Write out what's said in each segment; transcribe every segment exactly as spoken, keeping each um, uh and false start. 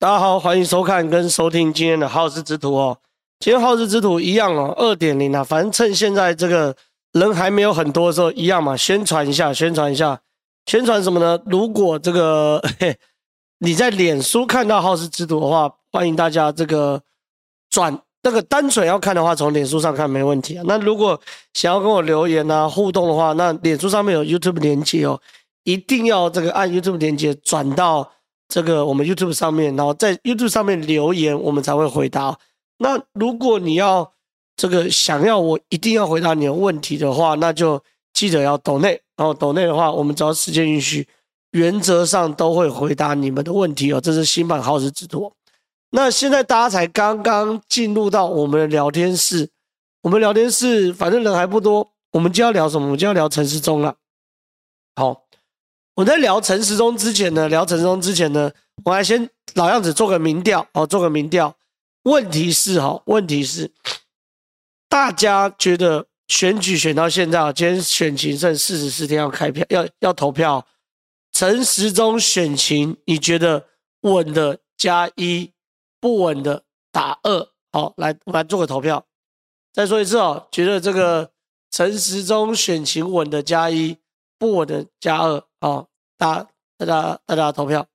大家好，欢迎收看跟收听今天的好事之徒哦。今天好事之徒一样哦 ，二点零 啊，反正趁现在这个人还没有很多的时候，一样嘛，宣传一下，宣传一下，宣传什么呢？如果这个嘿你在脸书看到好事之徒的话，欢迎大家这个转那个单纯要看的话，从脸书上看没问题啊。那如果想要跟我留言啊互动的话，那脸书上面有 YouTube 连结哦，一定要这个按 YouTube 连结转到这个我们 YouTube 上面，然后在 YouTube 上面留言，我们才会回答哦。那如果你要这个想要我一定要回答你的问题的话，那就记得要抖内，然后抖内的话，我们只要时间允许，原则上都会回答你们的问题哦。这是新版好事之徒。那现在大家才刚刚进入到我们的聊天室，我们聊天室反正人还不多，我们就要聊什么？我们就要聊陈时中了。好，我在聊陈时中之前呢，聊陈时中之前呢，我还先老样子做个民调哦，做个民调。问题是哈，问题是大家觉得选举选到现在，今天选情剩四十四天要开票，要要投票。陈时中选情，你觉得稳的加一，不稳的打二。好，来我们来做个投票。再说一次哦，觉得这个陈时中选情稳的加一，不稳的加二。好，大大家大家投票。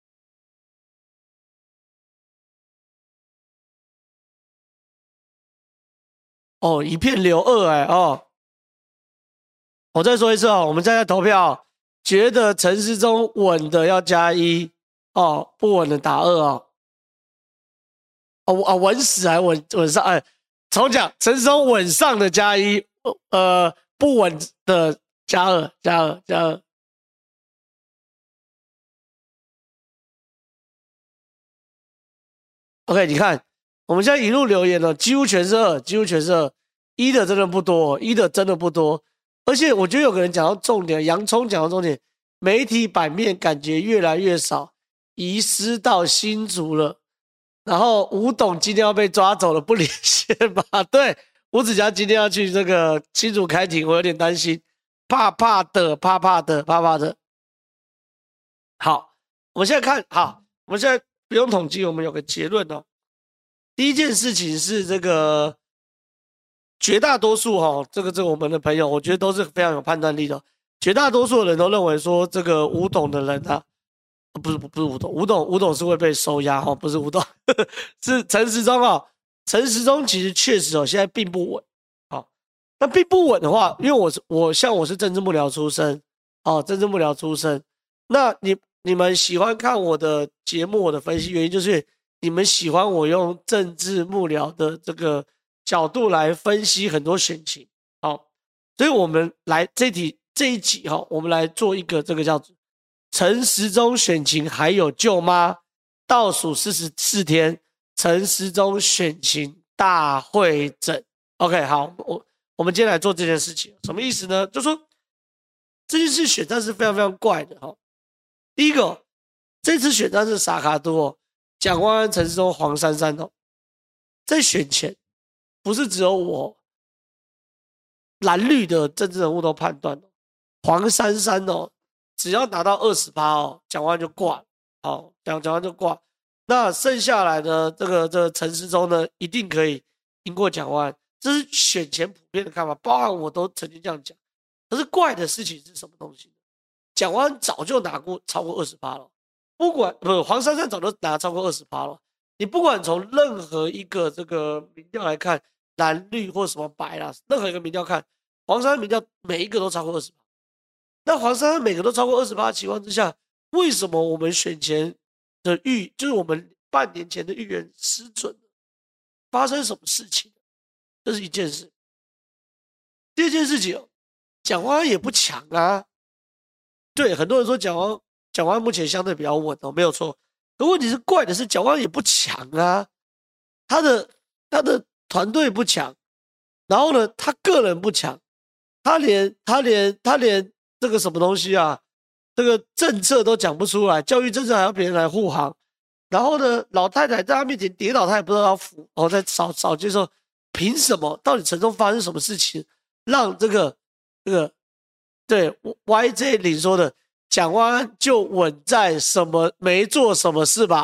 哦，一片留二哎哦！我再说一次哦，我们再来投票，觉得陈时中稳的要加一哦，不稳的打二哦。哦啊，稳死还稳稳上哎，重讲，陈时中稳上的加一，呃，不稳的加二，加二，加二。OK， 你看，我们现在一路留言了，几乎全是二，几乎全是二，一的真的不多，一的真的不多。而且我觉得有个人讲到重点，洋葱讲到重点，媒体版面感觉越来越少，遗失到新竹了。然后吴董今天要被抓走了，不连线吧？对，吴子嘉今天要去这个新竹开庭，我有点担心，怕怕的，怕怕的，怕怕的。好，我们现在看好，我们现在不用统计，我们有个结论哦。第一件事情是这个绝大多数哈、哦，这个这个我们的朋友，我觉得都是非常有判断力的。绝大多数的人都认为说，这个吴董的人啊，不是不不是吴董，吴董吴董是会被收押哈、哦，不是吴董，呵呵是陈时中哦。陈时中其实确实哦，现在并不稳。好、哦，那并不稳的话，因为我是我像我是政治幕僚出身，哦，政治幕僚出身，那你你们喜欢看我的节目，我的分析原因就是你们喜欢我用政治幕僚的这个角度来分析很多选情。好，所以我们来这题这一集哈，我们来做一个这个叫陈时中选情还有救吗？倒数四十四天，陈时中选情大会诊。OK， 好，我我们今天来做这件事情，什么意思呢？就说这件事选战是非常非常怪的哈。第一个，这次选战是萨卡都哦，蒋万安、陈时中、黄珊珊哦，在选前不是只有我蓝绿的政治人物都判断哦，黄珊珊哦，只要拿到 百分之二十 哦，蒋万安就挂了，好，蒋蒋万安就挂。那剩下来的这个这个陈时中呢，一定可以赢过蒋万安，这是选前普遍的看法，包含我都曾经这样讲。可是怪的事情是什么东西？蒋万安早就拿过超过 百分之二十 了，不管不黄珊珊早就拿超过 百分之二十 了。你不管从任何一个这个民调来看，蓝绿或什么白啦，任何一个民调看，黄珊珊民调每一个都超过 百分之二十。那黄珊珊每个都超过 百分之二十 的情况之下，为什么我们选前的预，就是我们半年前的预言失准了？发生什么事情？这是一件事。第二件事情，蒋万安也不强啊。对，很多人说蒋万安蒋万安目前相对比较稳哦，没有错。可问题是怪的是蒋万安也不强啊，他的他的团队不强，然后呢，他个人不强，他连他连他连这个什么东西啊，这个政策都讲不出来，教育政策还要别人来护航。然后呢，老太太在他面前跌倒，他也不知道要扶，哦，在少少接受，凭什么？到底陈中发生什么事情，让这个这个对 Y J 林说的蒋万安就稳在什么没做什么事吧？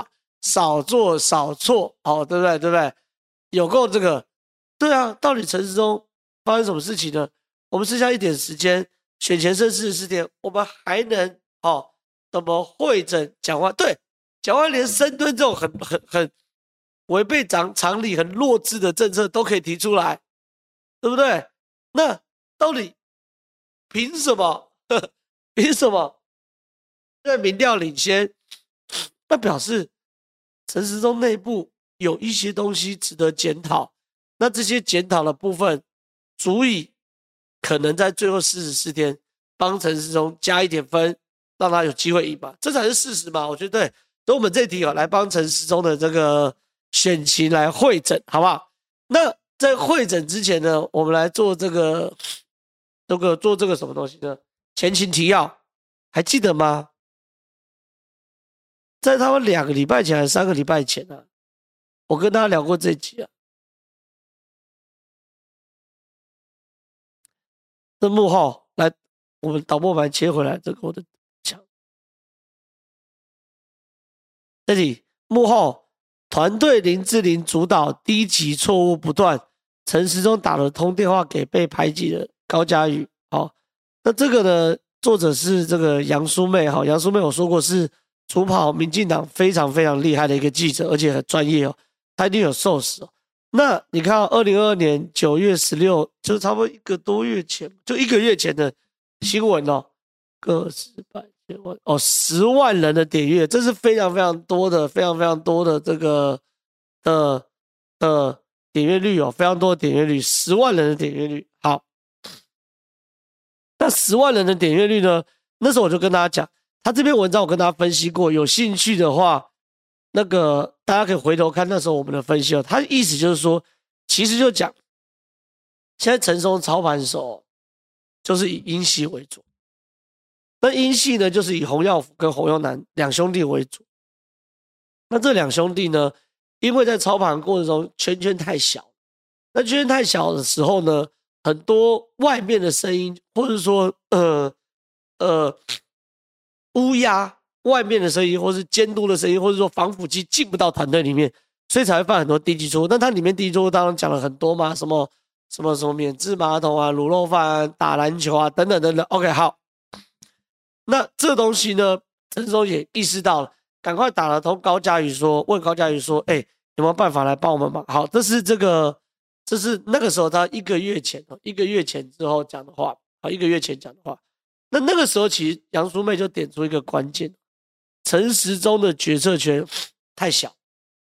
少做少错，哦，对不对？对不对？有够这个，对啊，到底陈时中发生什么事情呢？我们剩下一点时间，选前剩四十四天，我们还能哦怎么会诊讲话？对，讲话连深蹲这种很很很违背常常理、很弱智的政策都可以提出来，对不对？那到底凭什么？凭什么？在民调领先，那表示陈时中内部有一些东西值得检讨。那这些检讨的部分，足以可能在最后四十四天帮陈时中加一点分，让他有机会赢嘛？这才是事实嘛？我觉得对。所以我们这题哦，来帮陈时中的这个选情来会诊，好不好？那在会诊之前呢，我们来做这个这个做这个什么东西呢？前情提要，还记得吗？在他们两个礼拜前还是三个礼拜前啊，我跟大家聊过这集啊。这幕后来，我们导播盘切回来，这个我的墙。这里幕后团队林志玲主导低级错误不断，陈时中打了通电话给被排挤的高嘉瑜。好，那这个呢，作者是这个杨淑妹。好，杨淑妹我说过是主跑民进党非常非常厉害的一个记者，而且很专业哦，他一定有受死哦。那你看二零二二年九月十六，就是差不多一个多月前，就一个月前的新闻哦，个十百千万哦，十万人的点阅，这是非常非常多的，非常非常多的这个的的点阅率哦，非常多的点阅率，十万人的点阅率。好，那十万人的点阅率呢？那时候我就跟大家讲。他这篇文章我跟大家分析过，有兴趣的话，那个大家可以回头看那时候我们的分析哦。他的意思就是说，其实就讲，现在陈时中操盘手就是以英系为主，那英系呢就是以洪耀福跟洪耀南两兄弟为主。那这两兄弟呢，因为在操盘过程中圈圈太小，那圈圈太小的时候呢，很多外面的声音，或者说呃呃。乌鸦外面的声音，或是监督的声音，或者说防腐剂进不到团队里面，所以才会犯很多低级错误。那它里面低级错误当然讲了很多嘛，什么什么什么免治马桶啊、卤肉饭啊、打篮球啊等等等等。OK， 好，那这东西呢，陈时中也意识到了，赶快打了通高嘉瑜说，问高嘉瑜说，哎、欸，有没有办法来帮我们忙？好，这是这个，这是那个时候他一个月前，一个月前之后讲的话，好，一个月前讲的话。那那个时候，其实杨淑妹就点出一个关键：陈时中的决策权太小，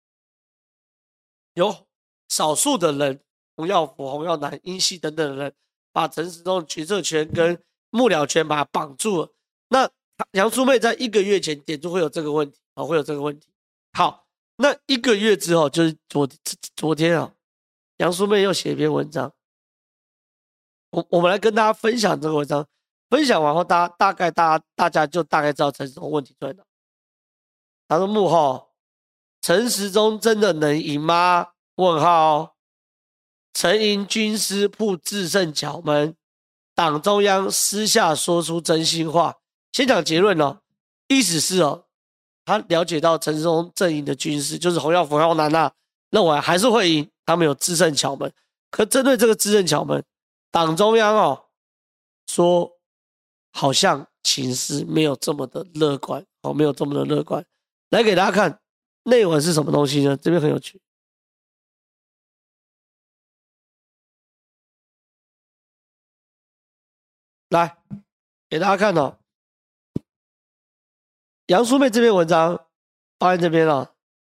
有少数的人，洪耀福、洪耀南、英系等等的人，把陈时中的决策权跟幕僚权把它绑住了。那杨淑妹在一个月前点出会有这个问题，啊、哦，会有这个问题。好，那一个月之后，就是昨昨天啊，杨淑妹又写一篇文章，我我们来跟大家分享这个文章。分享完后，大家大概大家大家就大概知道陈时中问题在哪。他说幕后，陈时中真的能赢吗？问号。陈营军师铺制胜巧门，党中央私下说出真心话。先讲结论哦，意思是哦，他了解到陈时中阵营的军师就是洪耀福、洪耀南啊，认为还是会赢，他们有制胜巧门。可针对这个制胜巧门，党中央哦说。好像情势没有这么的乐观，哦，没有这么的乐观。来给大家看内文是什么东西呢？这边很有趣。来给大家看哦，杨淑妹这篇文章放在这边了。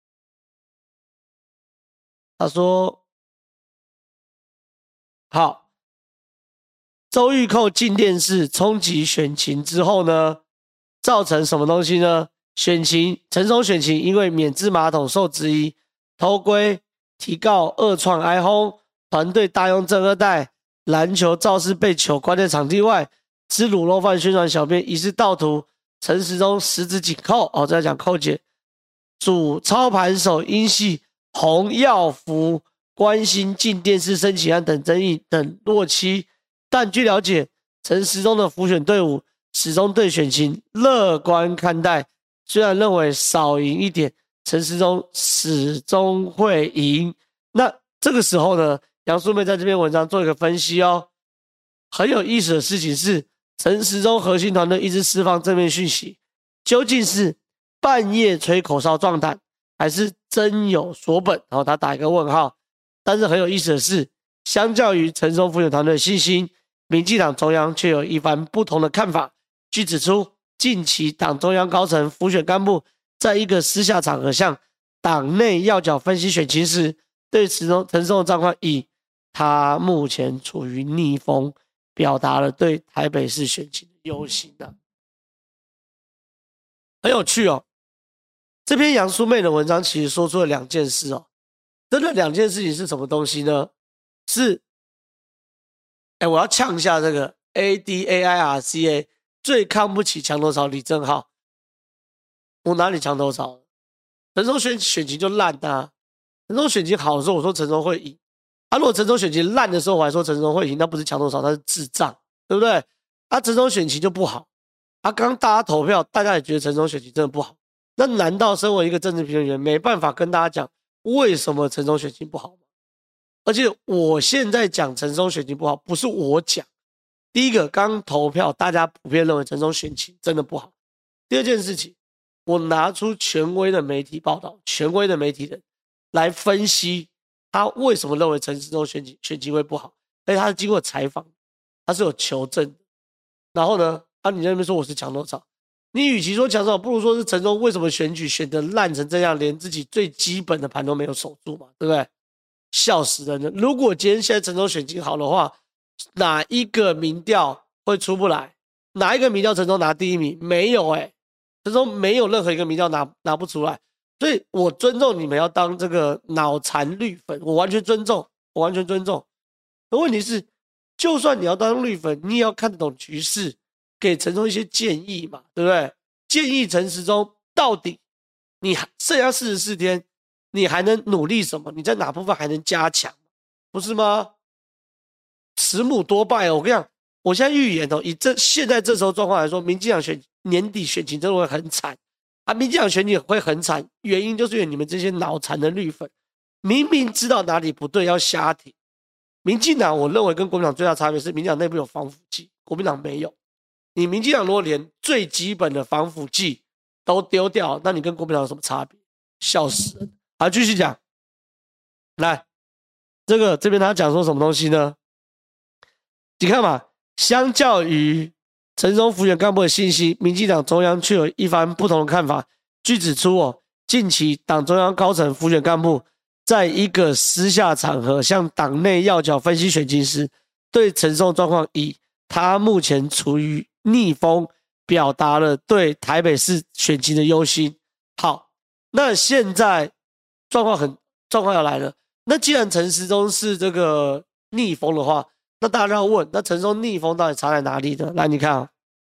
她说：“好。”周玉蔻进电视冲击选情之后呢，造成什么东西呢？选情陈时中选情因为免治马桶受质疑，偷窥提告恶创哀轰，团队大用正二代，篮球造势被囚关在场地外，吃卤肉饭宣传小编疑似盗图，陈时中十指紧扣。哦，这在讲扣姐，主操盘手英系洪耀福关心进电视申请案等争议等落期。但据了解，陈时中的辅选队伍始终对选情乐观看待，虽然认为少赢一点， 陈时中始终会赢。那这个时候呢，杨素妹在这篇文章做一个分析哦。很有意思的事情是，陈时中核心团队一直释放正面讯息，究竟是半夜吹口哨壮胆，还是真有所本？然后他打一个问号。但是很有意思的是，相较于陈时中辅选团队的信心，民进党中央却有一番不同的看法。据指出，近期党中央高层辅选干部在一个私下场合向党内要角分析选情时，对陈时中的状况以他目前处于逆风，表达了对台北市选情的忧心啊。很有趣哦，这篇杨淑妹的文章其实说出了两件事哦。真的两件事情是什么东西呢？是，哎，我要呛一下这个 A D A I R C A 最看不起墙头草李正皓。我哪里墙头草了？陈时中选选情就烂啊。陈时中选情好的时候，我说陈时中会赢。啊，如果陈时中选情烂的时候，我还说陈时中会赢，那不是墙头草，那是智障，对不对？啊，陈时中选情就不好。啊，刚刚大家投票，大家也觉得陈时中选情真的不好。那难道身为一个政治评论员，没办法跟大家讲为什么陈时中选情不好吗？而且我现在讲陈时中选情不好，不是我讲。第一个，刚投票，大家普遍认为陈时中选情真的不好。第二件事情，我拿出权威的媒体报道，权威的媒体人来分析他为什么认为陈时中选情选情会不好，而且他是经过采访，他是有求证的。然后呢，啊，你在那边说我是墙头草，你与其说墙头草，不如说是陈时中为什么选举选得烂成这样，连自己最基本的盘都没有守住嘛，对不对？笑死人了！如果今天现在陈时中选情好的话，哪一个民调会出不来？哪一个民调陈时中拿第一名？没有哎、欸，陈时中没有任何一个民调拿拿不出来。所以我尊重你们要当这个脑残绿粉，我完全尊重，我完全尊重。可问题是，就算你要当绿粉，你也要看得懂局势，给陈时中一些建议嘛，对不对？建议陈时中到底你剩下四十四天。你还能努力什么？你在哪部分还能加强？不是吗？慈母多败哦！我跟你讲，我现在预言哦，以这现在这时候状况来说，民进党选年底选情真的会很惨啊！民进党选情会很惨，原因就是因为你们这些脑残的绿粉，明明知道哪里不对要瞎挺。民进党我认为跟国民党最大差别是，民进党内部有防腐剂，国民党没有。你民进党如果连最基本的防腐剂都丢掉，那你跟国民党有什么差别？笑死人！好，继续讲。来，这个这边他讲说什么东西呢？你看嘛，相较于陈时中辅选干部的信息，民进党中央却有一番不同的看法。据指出哦，近期党中央高层辅选干部在一个私下场合向党内要角分析选情时，对陈时中状况以他目前处于逆风，表达了对台北市选情的忧心。好，那现在状况很状况要来了。那既然陈时中是这个逆风的话，那大家要问，那陈时中逆风到底差在哪里呢？来，你看啊，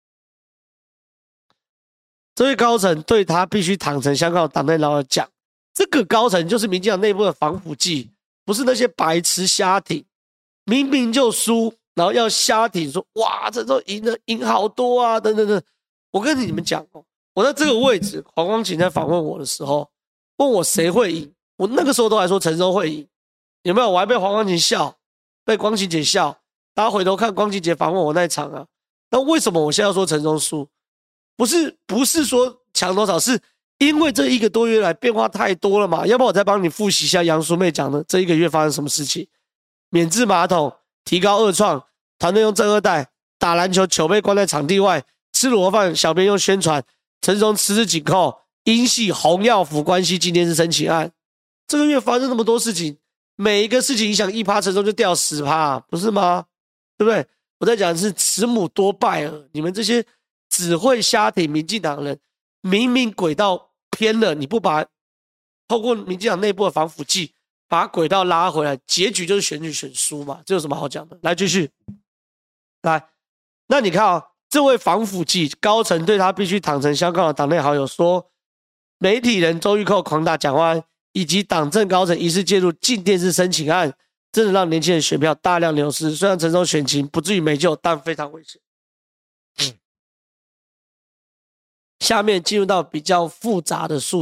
这位高层对他必须坦诚相告，党内老友讲，这个高层就是民进党内部的防腐剂，不是那些白痴瞎挺，明明就输，然后要瞎挺说哇，陈时中赢了，赢好多啊，等等等。我跟你们讲哦，我在这个位置，黄光芹在访问我的时候，问我谁会赢，我那个时候都还说陈时中会赢，有没有？我还被黄光芹笑，被光芹姐笑。大家回头看光芹姐访问我那一场啊，那为什么我现在要说陈时中输？不是不是说抢多少，是因为这一个多月来变化太多了嘛。要不然我再帮你复习一下杨淑妹讲的这一个月发生什么事情：免治马桶、提高二创、团队用正二代、打篮球球被关在场地外、吃螺饭，小编用宣传、陈时中辞职紧扣、英系洪耀福关系纪念日申请案。这个月发生那么多事情，每一个事情影响一趴，陈时中就掉十趴，不是吗？对不对？我在讲的是慈母多败儿，你们这些只会瞎挺民进党的人，明明轨道偏了，你不把透过民进党内部的防腐剂把轨道拉回来，结局就是选举选输嘛，这有什么好讲的？来继续，来，那你看啊，这位防腐剂高层对他必须坦诚相告的党内好友说，媒体人周玉蔻狂打蒋万安，以及党政高层疑似介入进电视申请案，真的让年轻人选票大量流失。虽然陈时中选情不至于没救，但非常危险。嗯，下面进入到比较复杂的数字。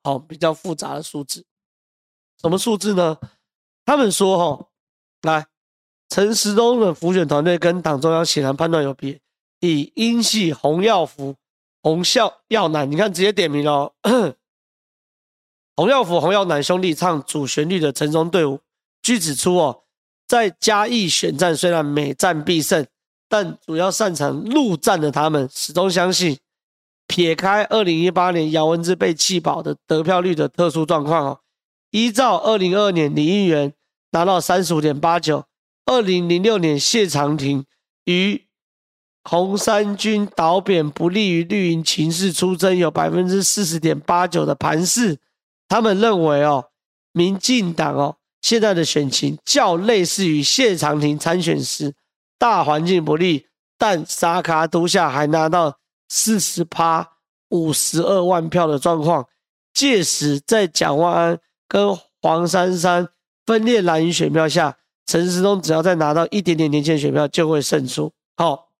哦，比较复杂的数字。什么数字呢？他们说哦，来，陈时中的辅选团队跟党中央显然判断有别，以英系洪耀福、洪孝耀南，你看直接点名了哦，洪耀福、洪耀南兄弟唱主旋律的陈时中队伍，据指出哦，在嘉义选战虽然每战必胜，但主要擅长陆战的他们始终相信，撇开二零一八年姚文智被弃保的得票率的特殊状况哦，依照二零二二年李议员拿到 三十五点八九， 二零零六年谢长廷于红三军倒扁不利于绿营情势出征有 百分之四十点八九 的盘势，他们认为哦，民进党哦现在的选情较类似于谢长廷参选时大环境不利，但沙卡都下还拿到 百分之四十 五十二万票的状况，届时在蒋万安跟黄珊珊分裂蓝营选票下，陈时中只要再拿到一点点年轻的选票就会胜出。好，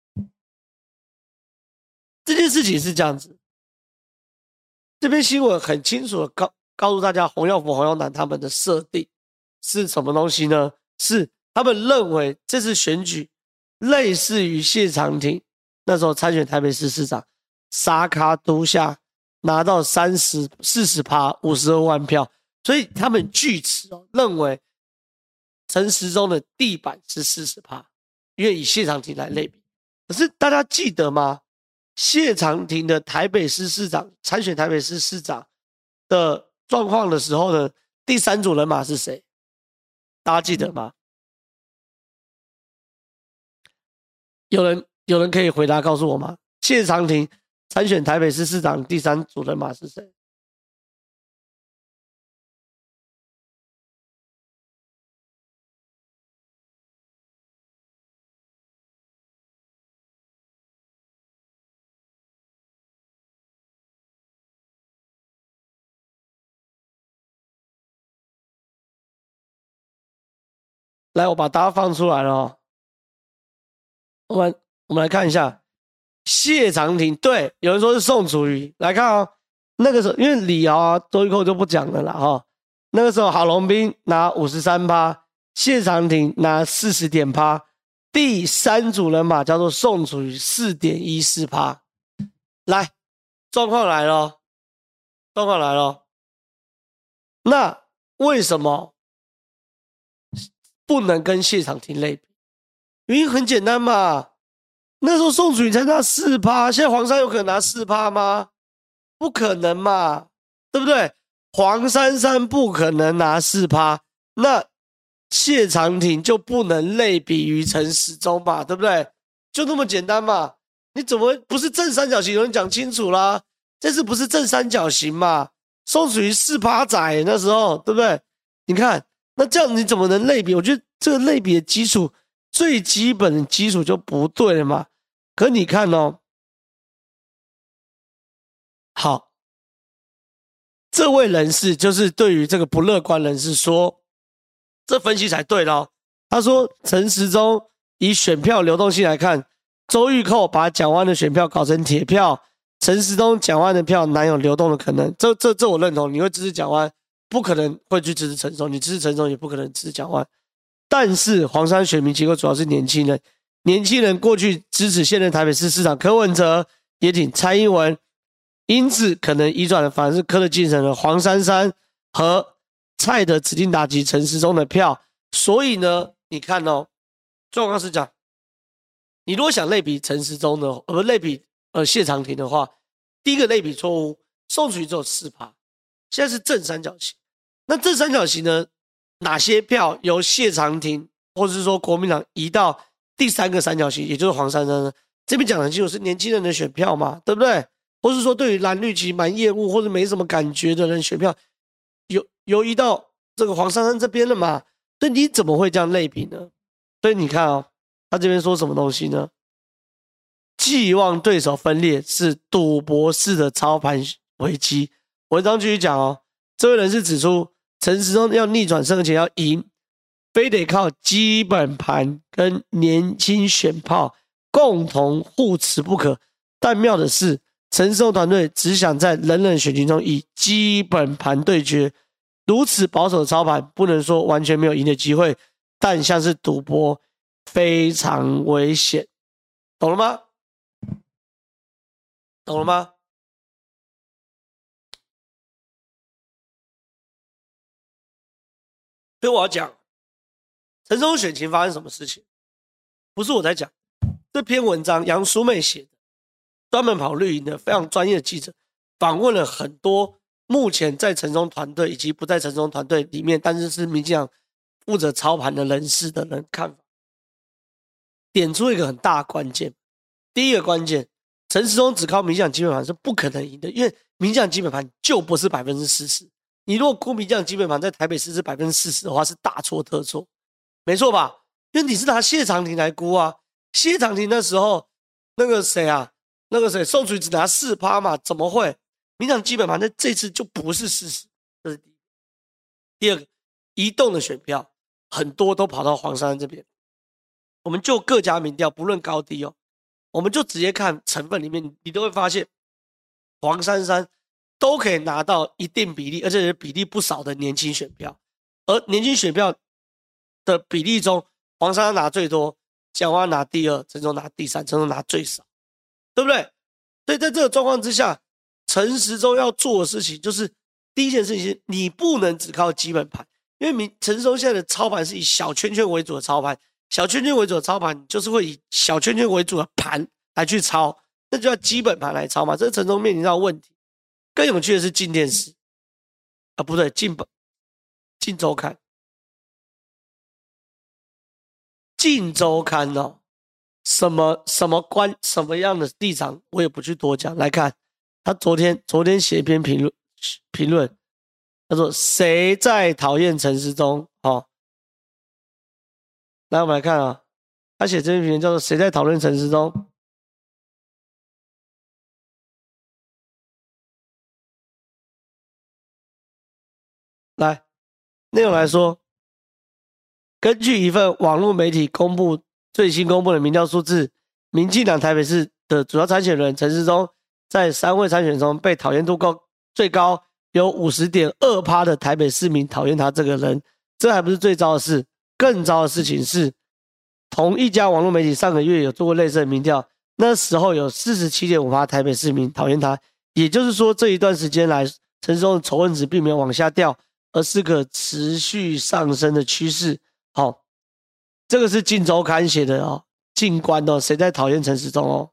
这件事情是这样子，这篇新闻很清楚的告告诉大家，洪耀福、洪耀南他们的设定是什么东西呢？是他们认为这次选举类似于谢长廷那时候参选台北市市长，沙卡都下拿到三十、四十趴、五十二万票，所以他们据此哦认为陈时中的地板是 四十趴， 因为以谢长廷来类比。可是大家记得吗？谢长廷的台北市市长参选台北市市长的状况的时候呢，第三组人马是谁？大家记得吗？有人有人可以回答告诉我吗？谢长廷参选台北市市长第三组人马是谁？来，我把答案放出来了哦。我们我们来看一下，谢长廷，对，有人说是宋楚瑜，来看哦，那个时候因为李敖啊、周玉蔻就不讲了啦哈、哦。那个时候郝龙斌拿 百分之五十三， 谢长廷拿 四十点趴，第三组人马叫做宋楚瑜 四点一四趴。来，状况来了，状况来了。那为什么不能跟谢长廷类比？原因很简单嘛，那时候宋楚瑜才拿 百分之四， 现在黄珊有可能拿 百分之四 吗？不可能嘛，对不对？黄珊珊不可能拿 百分之四， 那谢长廷就不能类比于陈时中嘛，对不对？就那么简单嘛，你怎么不是正三角形？有人讲清楚啦，这次不是正三角形嘛，宋楚瑜 百分之四 仔那时候，对不对？你看，那这样你怎么能类比？我觉得这个类比的基础最基本的基础就不对了嘛。可你看哦，好，这位人士就是对于这个不乐观人士说，这分析才对咯。他说陈时中以选票流动性来看，周玉蔻把蒋万的选票搞成铁票，陈时中蒋万的票难有流动的可能。这这这我认同，你会支持蒋万，不可能会去支持陈时中，你支持陈时中也不可能支持蒋万。但是黄珊选民结构主要是年轻人，年轻人过去支持现任台北市市长柯文哲，也挺蔡英文，因此可能移转的反而是柯的继承人黄珊珊和蔡的指定打击陈时中的票。所以呢，你看哦，状况是这样，你如果想类比陈时中的，呃，类比呃谢长廷的话，第一个类比错误，宋楚瑜只有 百分之四， 现在是正三角形。那正三角形呢，哪些票由谢长廷或者是说国民党移到第三个三角形，也就是黄珊珊呢？这边讲的清楚是年轻人的选票嘛，对不对？或是说对于蓝绿其实蛮厌恶或者没什么感觉的人选票，游游移到这个黄珊珊这边了嘛？所以你怎么会这样类比呢？所以你看哦，他这边说什么东西呢？寄望对手分裂是赌博式的操盘危机。文章继续讲哦，这位人士指出，陈时中要逆转胜前要赢，非得靠基本盘跟年轻选炮共同护持不可。但妙的是， 陈时中团队只想在人人选情中以基本盘对决，如此保守的操盘，不能说完全没有赢的机会，但像是赌博，非常危险。懂了吗？懂了吗？所以我要讲，陈时中选情发生什么事情，不是我在讲。这篇文章杨淑妹写的，专门跑绿营的非常专业的记者，访问了很多目前在陈时中团队以及不在陈时中团队里面，但是是民进党负责操盘的人士的人看法，点出一个很大的关键。第一个关键，陈时中只靠民进党基本盘是不可能赢的，因为民进党基本盘就不是百分之四十。你如果估民进党基本盘在台北市是百分之四十的话，是大错特错，没错吧？因为你是拿谢长廷来估啊，谢长廷那时候那个谁啊，那个谁宋楚瑜只拿 百分之四 嘛，怎么会？民进党基本盘在这次就不是事实，这是第一个。第二个，移动的选票很多都跑到黄珊珊这边。我们就各家民调不论高低哦，我们就直接看成分里面，你都会发现黄珊珊都可以拿到一定比例，而且是比例不少的年轻选票。而年轻选票的比例中，黄珊珊拿最多，蒋万安拿第二，陈时中拿第三，陈时中拿最少，对不对？所以在这个状况之下，陈时中要做的事情就是第一件事情是，你不能只靠基本盘，因为陈时中现在的操盘是以小圈圈为主的操盘，小圈圈为主的操盘就是会以小圈圈为主的盘来去操，那就要基本盘来操嘛。这是陈时中面临到的问题。更有趣的是镜电视啊，不对，镜镜周刊，镜周刊哦，什么什么观什么样的立场，我也不去多讲。来看他昨天昨天写一篇评论评论，他说谁在讨厌陈时中？哦，来我们来看啊，他写这篇评论叫做谁在讨论陈时中？来，内容来说，根据一份网络媒体公布最新公布的民调数字，民进党台北市的主要参选人陈时中在三位参选中被讨厌度高最高，有 百分之五十点二 的台北市民讨厌他这个人。这还不是最糟的事，更糟的事情是，同一家网络媒体上个月有做过类似的民调，那时候有 百分之四十七点五 台北市民讨厌他。也就是说，这一段时间来，陈时中的仇恨值并没有往下掉，而是个持续上升的趋势。好、哦，这个是镜周刊写的哦，镜官哦，谁在讨厌陈时中哦？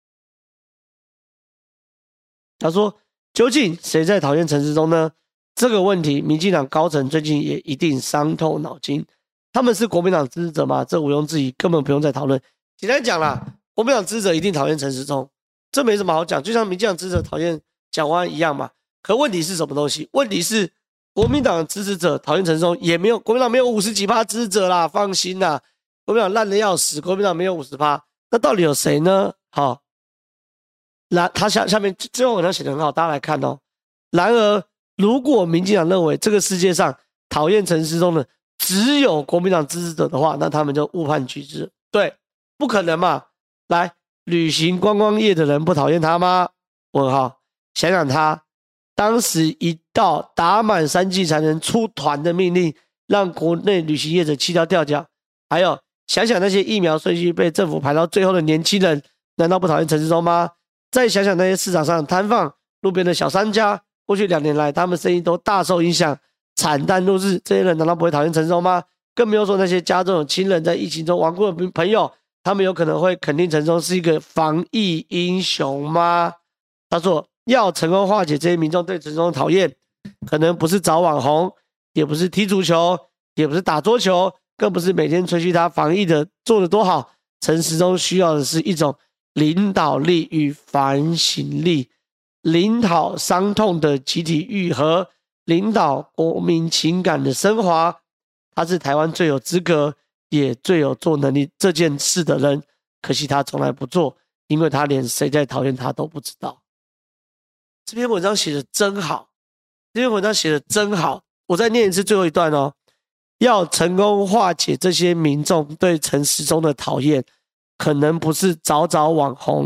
他说，究竟谁在讨厌陈时中呢？这个问题，民进党高层最近也一定伤透脑筋。他们是国民党支持者吗？这毋庸置疑，根本不用再讨论。简单讲啦，国民党支持者一定讨厌陈时中，这没什么好讲，就像民进党支持者讨厌蒋万安一样嘛。可问题是什么东西？问题是国民党的支持者讨厌陈时中，也没有国民党没有五十几趴支持者啦，放心啦，国民党烂得要死，国民党没有五十趴，那到底有谁呢？好，那他下下面最后文章写得很好，大家来看哦。然而，如果民进党认为这个世界上讨厌陈时中的只有国民党支持者的话，那他们就误判局势。对，不可能嘛。来，旅行观光业的人不讨厌他吗？问号，想想他当时一到打满三剂才能出团的命令，让国内旅行业者气到掉脚。还有，想想那些疫苗顺序被政府排到最后的年轻人，难道不讨厌陈时中吗？再想想那些市场上摊放路边的小商家，过去两年来他们生意都大受影响，惨淡入日，这些人难道不会讨厌陈时中吗？更不用说那些家中有亲人在疫情中亡故的朋友，他们有可能会肯定陈时中是一个防疫英雄吗？他说，要成功化解这些民众对陈时中的讨厌，可能不是找网红，也不是踢足球，也不是打桌球，更不是每天吹嘘他防疫的做得多好。陈时中需要的是一种领导力与反省力，领导伤痛的集体愈合，领导国民情感的升华。他是台湾最有资格也最有做能力这件事的人，可惜他从来不做，因为他连谁在讨厌他都不知道。这篇文章写的真好，这篇文章写的真好，我再念一次最后一段哦。要成功化解这些民众对陈时中的讨厌，可能不是找找网红，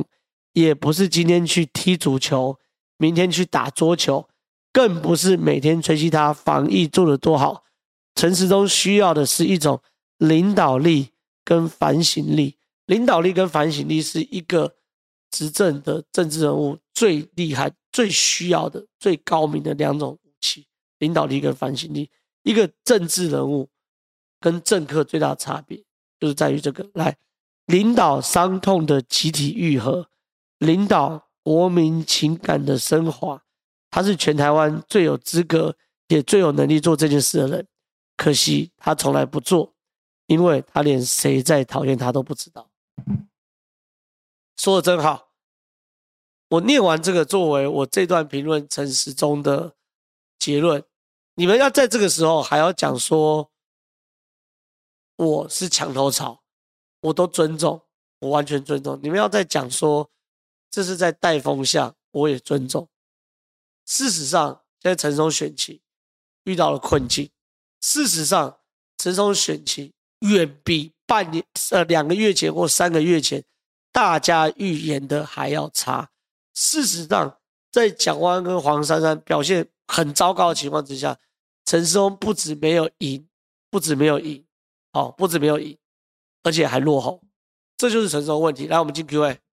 也不是今天去踢足球，明天去打桌球，更不是每天吹嘘他防疫做得多好。陈时中需要的是一种领导力跟反省力。领导力跟反省力是一个执政的政治人物最厉害、最需要的、最高明的两种武器。领导力跟反省力，一个政治人物跟政客最大的差别就是在于这个，来领导伤痛的集体愈合，领导国民情感的升华。他是全台湾最有资格也最有能力做这件事的人，可惜他从来不做，因为他连谁在讨厌他都不知道。说得真好。我念完这个作为我这段评论陈时中的结论，你们要在这个时候还要讲说我是墙头草，我都尊重，我完全尊重。你们要再讲说这是在带风向，我也尊重。事实上现在陈时中选情遇到了困境，事实上陈时中选情远比半年呃两个月前或三个月前大家预言的还要差。事实上在蒋万安跟黄珊珊表现很糟糕的情况之下，陈时中不止没有赢，不止没有赢，哦，不止没有赢，而且还落后，这就是陈时中问题。来，我们进 Q A。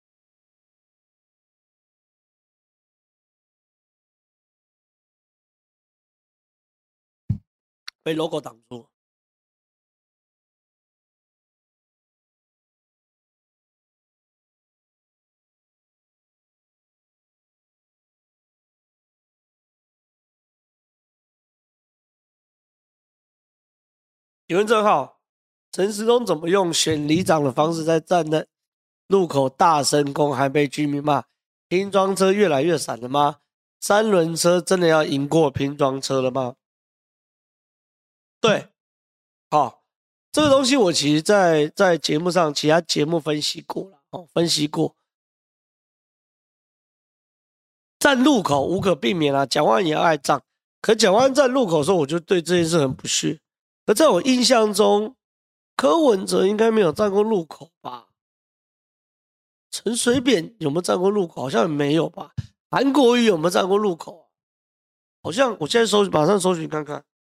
被 logo 挡住。请问正浩，陈时中怎么用选里长的方式在站在路口大声公，还被居民骂？拼装车越来越闪了吗？三轮车真的要赢过拼装车了吗？对，好，这个东西我其实在在节目上其他节目分析过了，哦，分析过。站路口无可避免啊，蒋万安也爱站，可蒋万安站路口的时候，我就对这件事很不屑。可在我印象中，柯文哲应该没有站过路口吧？陈水扁有没有站过路口？好像没有吧。韩国瑜有没有站过路口？好像我现在搜，马上搜寻看看。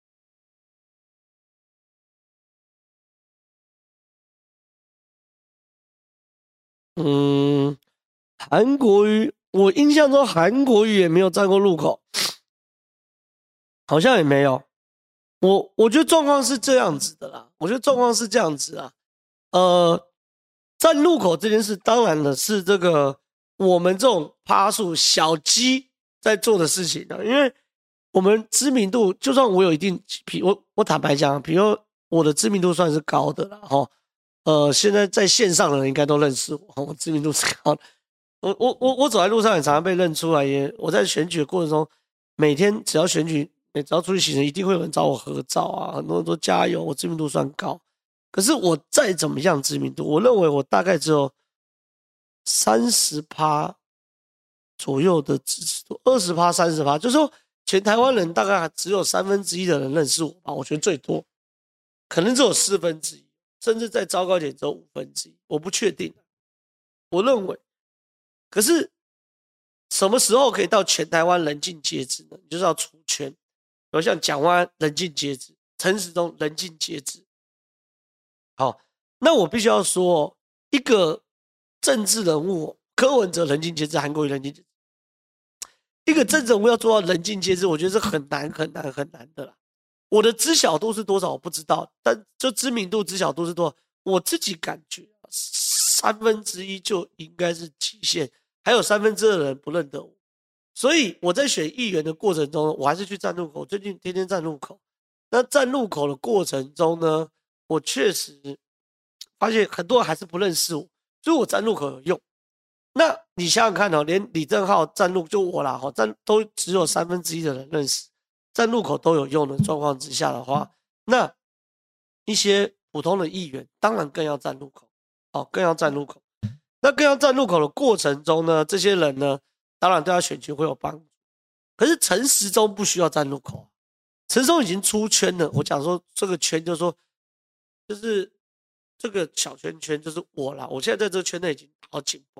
嗯，韩国瑜，我印象中韩国瑜也没有站过路口，好像也没有。我我觉得状况是这样子的啦，我觉得状况是这样子啊。呃，站路口这件事，当然了是这个我们这种趴数小鸡在做的事情的，因为我们知名度，就算我有一定，我我坦白讲，比如我的知名度算是高的啦，哈，呃，现在在线上的人应该都认识我，我知名度是高的。我我我我走在路上也常常被认出来，也我在选举的过程中，每天只要选举。只要出去行程，一定会有人找我合照啊！很多人说加油，我知名度算高。可是我再怎么样知名度，我认为我大概只有三十趴左右的支持度，二十趴、三十趴，就是说全台湾人大概只有三分之一的人认识我吧。我觉得最多可能只有四分之一，甚至再糟糕点只有五分之一，我不确定。我认为，可是什么时候可以到全台湾人尽皆知呢？你就是要出圈。比如像蒋万安人尽皆知，陈时中人尽皆知。好，那我必须要说，一个政治人物，柯文哲人尽皆知，韩国瑜人尽皆知。一个政治人物要做到人尽皆知，我觉得是很难很难很难的啦。我的知晓度是多少我不知道，但就知名度知晓度是多少，我自己感觉三分之一就应该是极限，还有三分之二的人不认得我。所以我在选议员的过程中，我还是去站路口。最近天天站路口，那站路口的过程中呢，我确实发现很多人还是不认识我，所以我站路口有用。那你想想看哦，连李正浩站路就我啦，站都只有三分之一的人认识，站路口都有用的状况之下的话，那一些普通的议员当然更要站路口，哦，更要站路口。那更要站路口的过程中呢，这些人呢？当然对他选举会有帮助，可是陈时中不需要站路口，陈时中已经出圈了。我讲说这个圈就是说，就是这个小圈圈就是我啦。我现在在这个圈内已经好紧绷，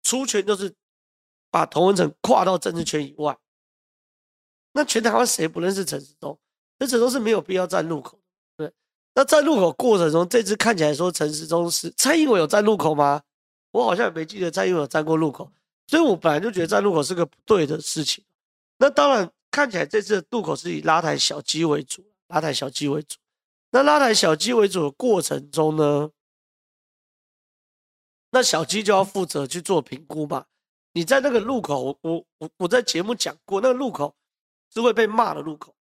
出圈就是把同温层跨到政治圈以外。那全台湾谁不认识陈时中？陈时中是没有必要站路口，对。那站路口过程中，这次看起来说陈时中是蔡英文有站路口吗？我好像也没记得蔡英文有站过路口，所以我本来就觉得站路口是个不对的事情。那当然看起来这次的路口是以拉抬小鸡为主，拉抬小鸡为主。那拉抬小鸡为主的过程中呢，那小鸡就要负责去做评估嘛。你在那个路口，我我我在节目讲过，那个路口是会被骂的路口。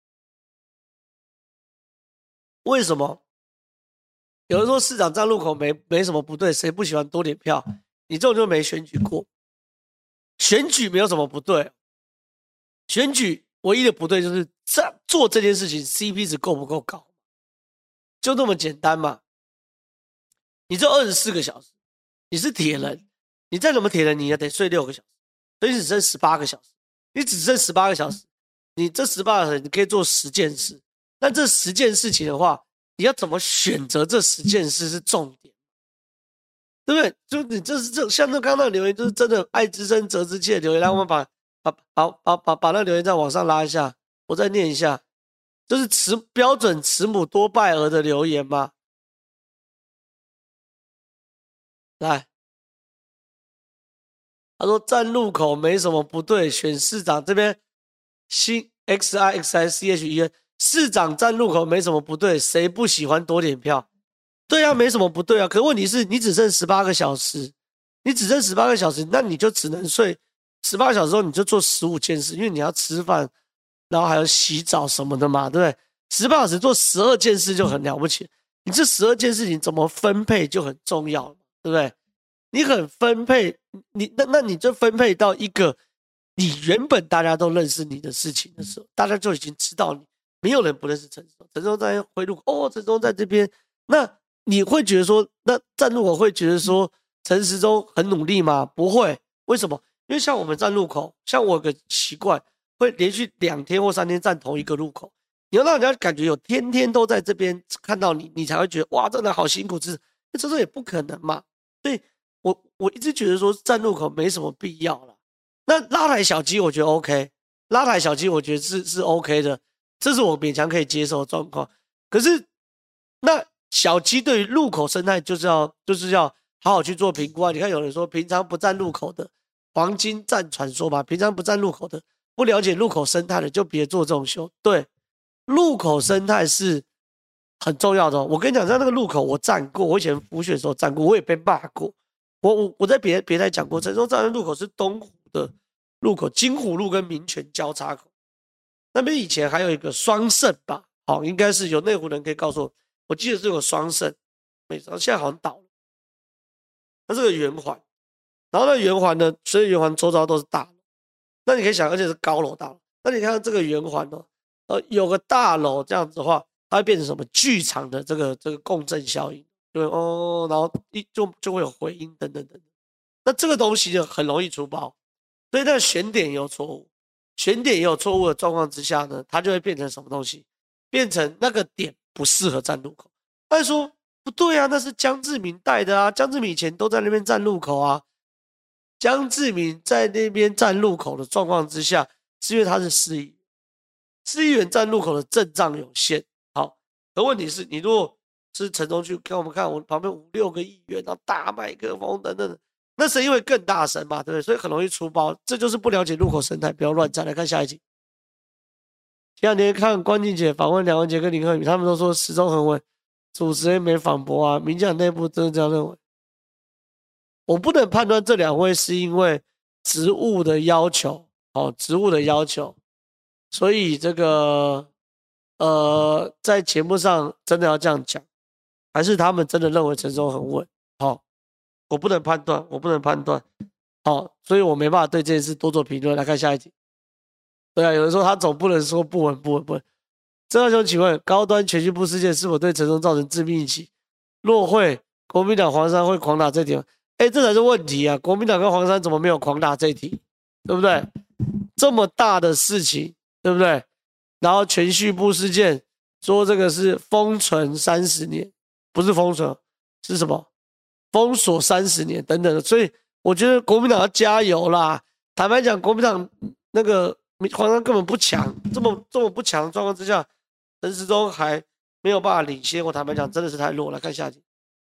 为什么？有人说市长站路口没没什么不对，谁不喜欢多点票？你这种就没选举过。选举没有什么不对，选举唯一的不对就是这做这件事情 C P 值够不够高，就那么简单嘛。你这二十四个小时，你是铁人，你再怎么铁人，你也得睡六个小时，所以只剩十八个小时。你只剩十八个小时，你这十八个小时你可以做十件事。那这十件事情的话，你要怎么选择这十件事是重点，对不对？就你这是这像那刚刚那个留言，就是真的爱之深责之切的留言。来，我们把把把把把把那个留言再往上拉一下，我再念一下，这是慈标准慈母多败儿的留言吗？来，他说站路口没什么不对，选市长这边新 X I X I C H E N。市长站路口没什么不对，谁不喜欢多点票？对啊，没什么不对啊。可问题是你只剩十八个小时，你只剩十八个小时，那你就只能睡十八个小时后你就做十五件事，因为你要吃饭，然后还要洗澡什么的嘛，对不对？十八小时做十二件事就很了不起，你这十二件事情怎么分配就很重要，对不对？你很分配，你那那你就分配到一个你原本大家都认识你的事情的时候，大家就已经知道你。没有人不认识陈时中，陈时中在回路口，哦，陈时中在这边，那你会觉得说，那站路口会觉得说陈时中很努力吗？不会，为什么？因为像我们站路口，像我有个习惯，会连续两天或三天站同一个路口，你要让人家感觉有天天都在这边看到你，你才会觉得哇，这人好辛苦，这这时候也不可能嘛。所以我我一直觉得说站路口没什么必要啦。那拉抬小鸡我觉得 OK， 拉抬小鸡我觉得是是 OK 的。这是我勉强可以接受的状况，可是那小鸡对于路口生态就是要就是要好好去做评估啊！你看有人说平常不站路口的黄金站传说嘛，平常不站路口的不了解路口生态的就别做这种秀。对，路口生态是很重要的哦。我跟你讲，在那个路口我站过，我以前辅选的时候站过，我也被骂过。我我我在别别台讲过，陈时中站的路口是东湖的路口，金湖路跟民权交叉口。那边以前还有一个双盛吧，好、哦，应该是有内湖人可以告诉我，我记得是有个双盛，没错，现在好像倒了。它是个圆环，然后那圆环呢，所以圆环周遭都是大楼，那你可以想，而且是高楼大楼。那你看这个圆环哦，呃，有个大楼这样子的话，它会变成什么剧场的这个这个共振效应，对哦，然后一就就会有回音等等等。那这个东西就很容易出包，所以那个选点也有错误。选点也有错误的状况之下呢，它就会变成什么东西？变成那个点不适合站路口。他说不对啊，那是江志明带的啊，江志明以前都在那边站路口啊。江志明在那边站路口的状况之下，是因为他是市议员，市议员站路口的阵仗有限。好，可问题是你如果是陈中去看我们看我旁边五六个议员，然后大麦克风等等。那声音会更大声嘛，对不对？所以很容易出包，这就是不了解路口生态，不要乱站。来看下一集。前两天看关敬姐访问梁文杰跟林鹤宇，他们都说始终很稳，主持人没反驳啊。民进党内部真的这样认为？我不能判断这两位是因为职务的要求，哦，职务的要求，所以这个呃，在节目上真的要这样讲，还是他们真的认为陈时中很稳？好、哦。我不能判断，我不能判断，好，所以我没办法对这件事多做评论。来看下一题。对啊，有人说他总不能说不稳不稳不稳。郑大兄，请问高端全讯部事件是否对陈时中造成致命一击？若会，国民党黄珊会狂打这题吗？哎，这才是问题啊！国民党跟黄珊怎么没有狂打这题？对不对？这么大的事情，对不对？然后全讯部事件说这个是封存三十年，不是封存，是什么？封锁三十年等等的，所以我觉得国民党要加油啦。坦白讲，国民党那个黄山根本不强，这么这么不强的状况之下，陈时中还没有办法领先。我坦白讲，真的是太弱了。看下集。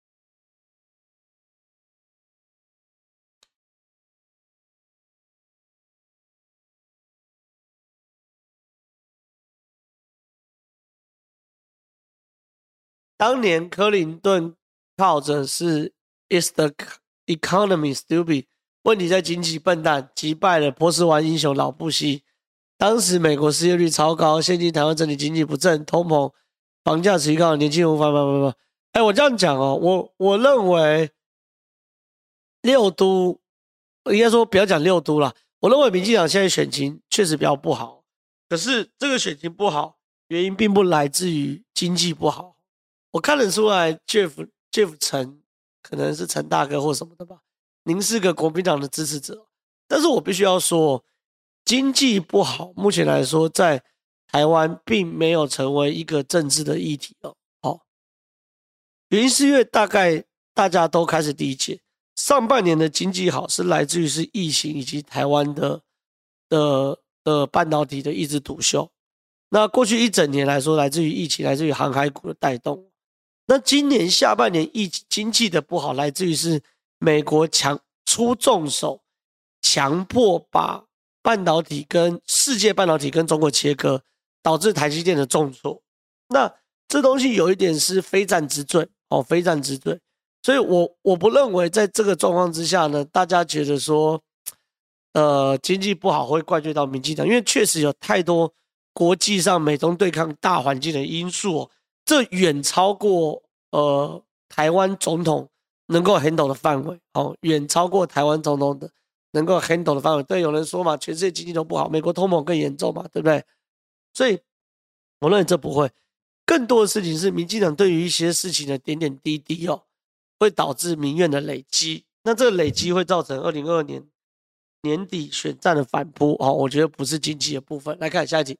当年克林顿靠着是 "Is the economy stupid"， 问题在经济笨蛋，击败了波斯湾英雄老布希。当时美国失业率超高，现今台湾整体经济不振，通膨，房价持续高，年轻人无法买买买。哎，我这样讲哦，我我认为六都应该说不要讲六都啦，我认为民进党现在选情确实比较不好，可是这个选情不好，原因并不来自于经济不好。我看得出来 Jeff Jeff 陈可能是陈大哥或什么的吧，您是个国民党的支持者，但是我必须要说，经济不好，目前来说在台湾并没有成为一个政治的议题哦。好，原因是因为大概大家都开始理解，上半年的经济好是来自于是疫情以及台湾的的的半导体的一枝独秀。那过去一整年来说，来自于疫情，来自于航海股的带动。那今年下半年疫经济的不好，来自于是美国强出重手，强迫把半导体跟世界半导体跟中国切割，导致台积电的重挫。那这东西有一点是非战之罪哦，非战之罪。所以我我不认为在这个状况之下呢，大家觉得说，呃，经济不好会怪罪到民进党，因为确实有太多国际上美中对抗大环境的因素哦。这远超过呃台湾总统能够 handle 的范围，哦，远超过台湾总统的能够 handle 的范围。对，有人说嘛，全世界经济都不好，美国通膨更严重嘛，对不对？所以我认为这不会，更多的事情是民进党对于一些事情的点点滴滴哦，会导致民怨的累积。那这个累积会造成二零二二年年底选战的反扑哦，我觉得不是经济的部分。来看下一题。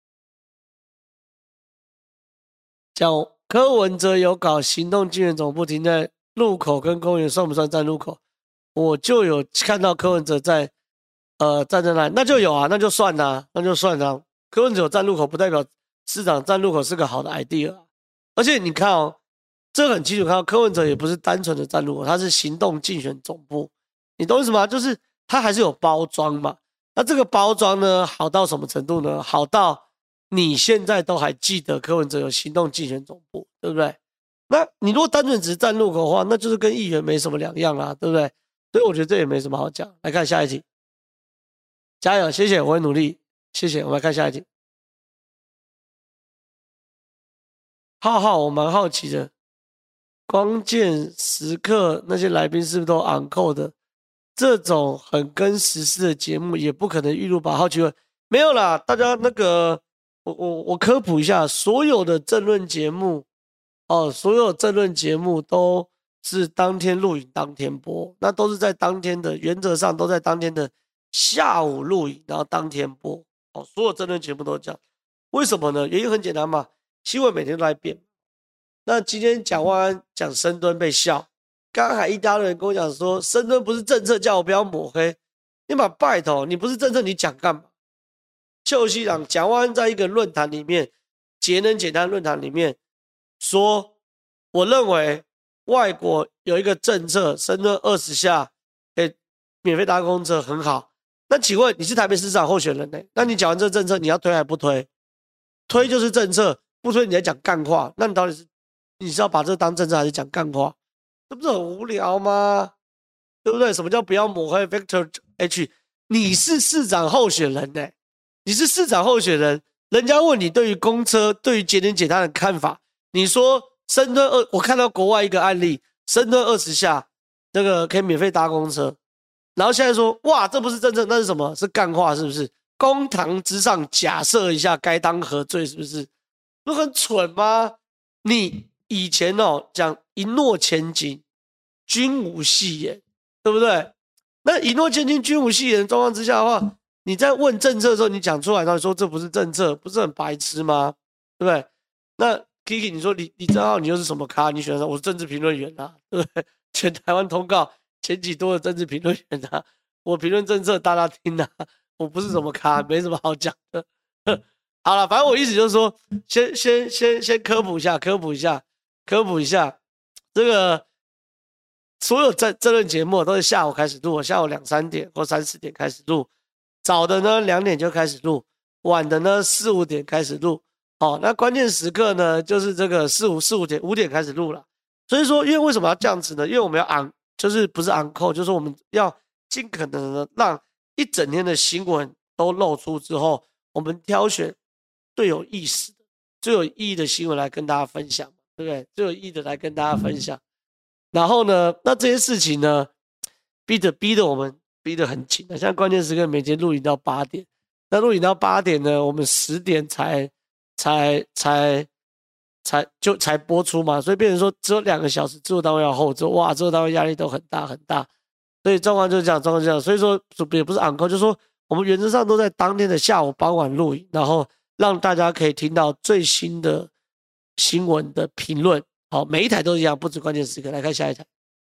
讲柯文哲有搞行动竞选总部停在路口跟公园，算不算站路口？我就有看到柯文哲在呃站在那，那就有啊，那就算啦，那就算啦。柯文哲有站路口，不代表市长站路口是个好的 idea 啊。而且你看哦，这个很清楚看到柯文哲也不是单纯的站路口，他是行动竞选总部，你懂意思吗？就是他还是有包装嘛。那这个包装呢，好到什么程度呢？好到你现在都还记得柯文哲有行动竞选总部，对不对？那你如果单纯只是站路口的话，那就是跟议员没什么两样啦，对不对？所以我觉得这也没什么好讲。来看下一题，加油，谢谢，我会努力，谢谢。我们来看下一题。浩浩，我蛮好奇的，关键时刻那些来宾是不是都 on call 的？这种很跟时事的节目，也不可能预录把好奇问没有啦，大家那个。我我我科普一下，所有的政论节目，哦，所有政论节目都是当天录影当天播，那都是在当天的原则上都在当天的下午录影，然后当天播。哦，所有政论节目都这样，为什么呢？原因很简单嘛，新闻每天都在变。那今天蒋万安讲深蹲被笑，刚才一大堆人跟我讲说，深蹲不是政策，叫我不要抹黑。你把拜托，你不是政策，你讲干嘛？邱市长蒋万安在一个论坛里面，节能减碳论坛里面说，我认为外国有一个政策，深蹲二十下，诶，免费搭公车很好。那请问你是台北市长候选人呢？那你讲完这个政策，你要推还不推？推就是政策，不推你在讲干话。那你到底是你是要把这当政策，还是讲干话？这不是很无聊吗？对不对？什么叫不要抹黑 Victor H？ 你是市长候选人呢？你是市长候选人，人家问你对于公车、对于节能减碳的看法，你说深蹲二，我看到国外一个案例，深蹲二十下，这个可以免费搭公车，然后现在说，哇，这不是政策，那是什么？是干话，是不是？公堂之上假设一下，该当何罪，是不是？不很蠢吗？你以前哦讲一诺千金，君无戏言，对不对？那一诺千金，君无戏言的状况之下的话，你在问政策的时候，你讲出来，然后说这不是政策，不是很白痴吗？对不对？那 Kiki， 你说李李正浩，你又是什么咖？你选的我是政治评论员啊，对不对？全台湾通告前几多的政治评论员啊，我评论政策大家听啊，我不是什么咖，没什么好讲的。好了，反正我意思就是说，先先先先科普一下，科普一下，科普一下，这个所有这这轮节目都是下午开始录，下午两三点或三四点开始录，早的呢两点就开始录，晚的呢四五点开始录。哦，那关键时刻呢，就是这个四五四五点五点开始录了。所以说，因为为什么要这样子呢？因为我们要昂，就是不是昂扣，就是我们要尽可能的让一整天的新闻都露出之后，我们挑选最有意思的、最有意义的新闻来跟大家分享，对不对？最有意义的来跟大家分享。然后呢，那这些事情呢，逼着逼着我们逼得很紧的。像关键时刻每天录影到八点，那录影到八点呢，我们十点才才才才就才播出嘛，所以变成说只有两个小时，制作单位要后做，哇，制作单位压力都很大很大。所以状况就是这样，状况就是这样。所以说也不是 encore， 就是说我们原则上都在当天的下午傍晚录影，然后让大家可以听到最新的新闻的评论。好，每一台都一样，不止关键时刻。来看下一台。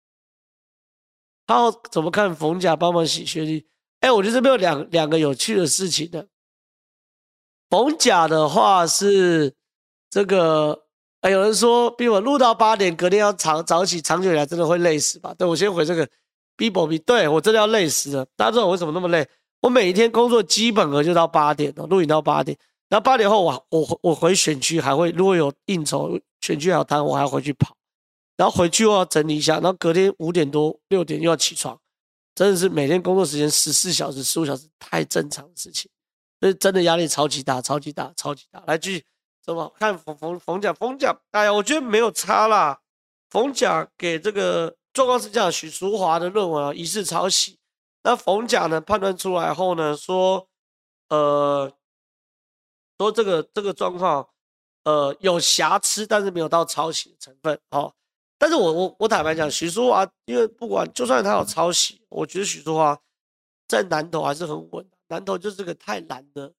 他怎么看冯甲帮忙洗学历？哎，我觉得这边有两两个有趣的事情的。冯甲的话是这个，哎，有人说比我录到八点，隔天要长早起，长久以来真的会累死吧？对，我先回这个 B 宝 B， 对我真的要累死了。大家知道我为什么那么累？我每一天工作基本额就到八点哦，录影到八点，然后八点后我我我回选区还会，如果有应酬，选区还有摊，我还要回去跑，然后回去又要整理一下，然后隔天五点多六点又要起床，真的是每天工作时间十四小时、十五小时，太正常的事情。所以真的压力超级大，超级大，超级大。来继续怎么看冯冯冯甲？冯甲，哎呀，我觉得没有差啦。冯甲给这个状况是这样，许淑华的论文啊疑似抄袭，那冯甲呢判断出来后呢说，呃，说这个这个状况，呃有瑕疵，但是没有到抄袭的成分哦。但是我我我坦白讲，许淑华因为不管就算他有抄袭，我觉得许淑华在南投还是很稳。南投就是个太蓝的、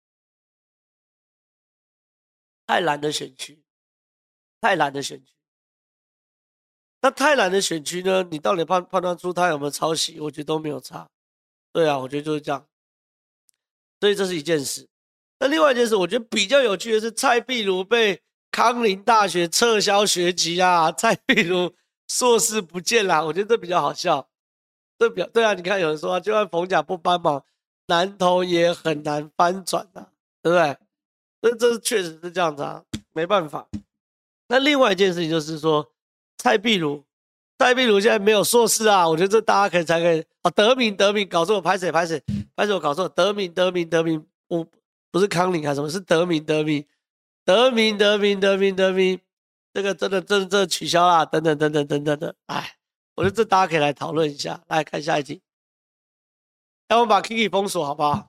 太蓝的选区，太蓝的选区。那太蓝的选区呢？你到底判判断出他有没有抄袭？我觉得都没有差。对啊，我觉得就是这样。所以这是一件事。那另外一件事，我觉得比较有趣的是蔡壁如被康宁大学撤销学籍啊，蔡壁如硕士不见啦，我觉得这比较好笑。这比较对啊，你看有人说、啊，就算冯甲不帮忙。南投也很难翻转啊，对不对？这这确实是这样子啊，没办法。那另外一件事情就是说，蔡壁如，蔡壁如现在没有硕士啊，我觉得这大家可以才可以哦，得名得名，搞错，拍谁拍谁拍谁，我搞错，得名得名得名，我不是康宁还是什么，是得名得名得名得名得名得名，这个真的真的真的取消啦，等等等等等等的，哎，我觉得这大家可以来讨论一下，来看下一题。那我们把 Kiki 封锁好不好？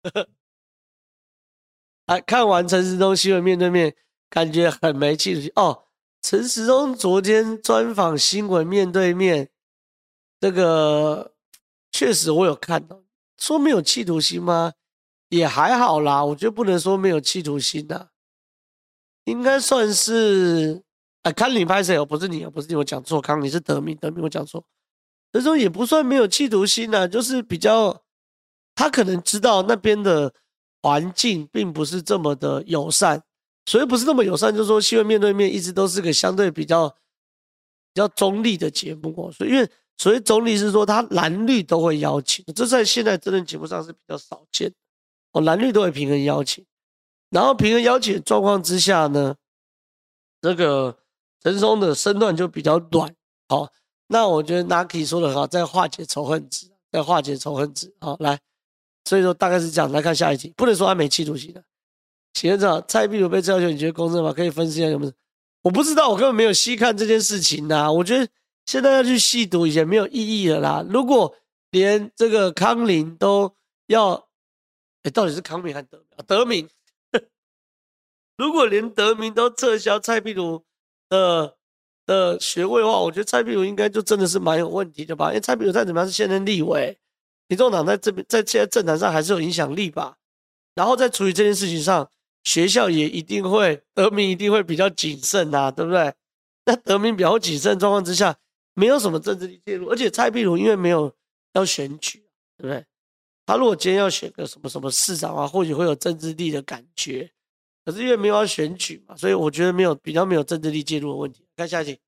来看完陈时中新闻面对面，感觉很没气度哦。陈时中昨天专访新闻面对面，这个确实我有看到，说没有企图心吗？也还好啦，我觉得不能说没有企图心啦，应该算是啊，康宁拍谁？不是你，不是你，我讲错，康宁是德明，德明我讲错。陈时中也不算没有企图心啦，就是比较。他可能知道那边的环境并不是这么的友善，所以不是那么友善，就是说新闻面对面一直都是个相对比较比较中立的节目哦。所以因为所谓中立是说他蓝绿都会邀请，这在现在真人节目上是比较少见哦，蓝绿都会平衡邀请，然后平衡邀请的状况之下呢，这个陈时中的身段就比较软。好、哦，那我觉得 Naki 说的很好，在化解仇恨值，在化解仇恨值。好、哦，来。所以说大概是这样，来看下一题，不能说他没企图心的。请问长，蔡壁如被撤销，你觉得公正吗？可以分析一下有没有？我不知道，我根本没有细看这件事情呐、啊。我觉得现在要去细读，已经没有意义了啦。如果连这个康宁都要，哎，到底是康宁还是德明？德明，如果连德明都撤销蔡壁如的的学位的话，我觉得蔡壁如应该就真的是蛮有问题的吧？因为蔡壁如再怎么样是现任立委。民众党在这边，在现在政坛上还是有影响力吧。然后在处理这件事情上，学校也一定会，德明一定会比较谨慎啊，对不对？那德明比较谨慎状况之下， 没有什么政治力介入，而且蔡壁如因为没有要选举，对不对？他如果今天要选个什么什么市长啊，或许会有政治力的感觉。可是因为没有要选举嘛，所以我觉得没有比较没有政治力介入的问题。看下一题。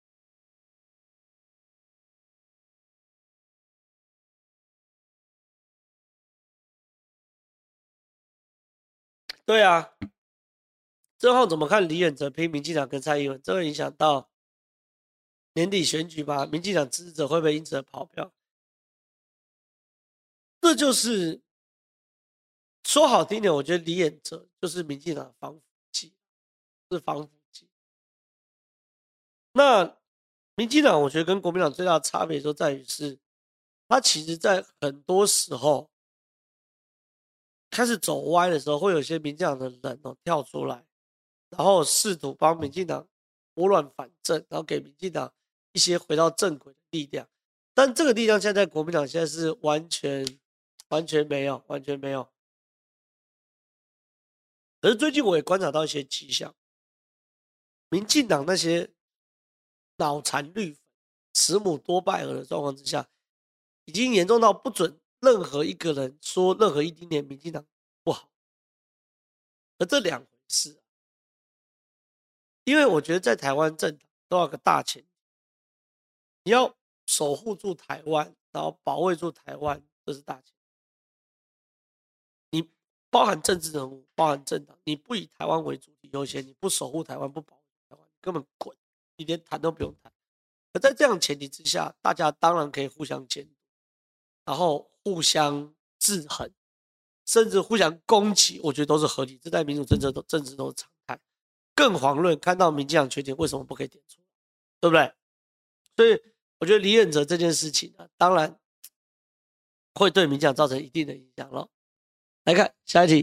对啊，正浩怎么看李远哲拼民进党跟蔡英文？这会影响到年底选举吧？民进党支持者会不会因此而跑票？这就是说好听点，我觉得李远哲就是民进党的防腐剂，是防腐剂。那民进党我觉得跟国民党最大的差别就在于是，他其实在很多时候开始走歪的时候，会有一些民进党的人哦跳出来，然后试图帮民进党拨乱反正，然后给民进党一些回到正轨的力量。但这个力量现在在国民党现在是完全完全没有，完全没有。可是最近我也观察到一些迹象，民进党那些脑残绿粉、慈母多败儿的状况之下，已经严重到不准任何一个人说任何一丁点民进党不好。而这两回事、啊，因为我觉得在台湾政党都要有个大前提，你要守护住台湾，然后保卫住台湾，这是大前提。你包含政治人物，包含政党，你不以台湾为主体优先，你不守护台湾，不保护台湾，根本滚，你连谈都不用谈。而在这样的前提之下，大家当然可以互相监督，然后互相制衡，甚至互相攻击，我觉得都是合理，这在民主政治都政治都是常态。更遑论看到民进党缺点，为什么不可以点出来，对不对？所以我觉得李远哲这件事情呢、啊，当然会对民进党造成一定的影响了。来看下一题，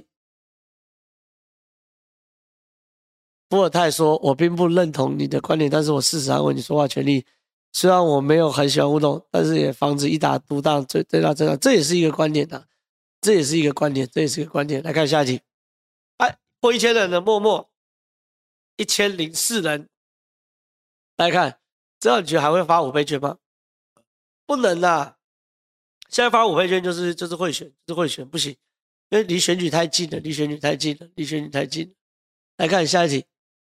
伏尔泰说：“我并不认同你的观点，但是我事实上为你说话权利。虽然我没有很喜欢乌龙，但是也防止一打独大，最最大最大，这也是一个观点的、啊，这也是一个观点，这也是一个观点。来看下一题，哎，破一千人的默默，一千零四人。来看，这样你觉得还会发五倍券吗？不能啦，现在发五倍券就是就是会选，就是会选，不行，因为离选举太近了，离选举太近了，离选举太近了。来看下一题。”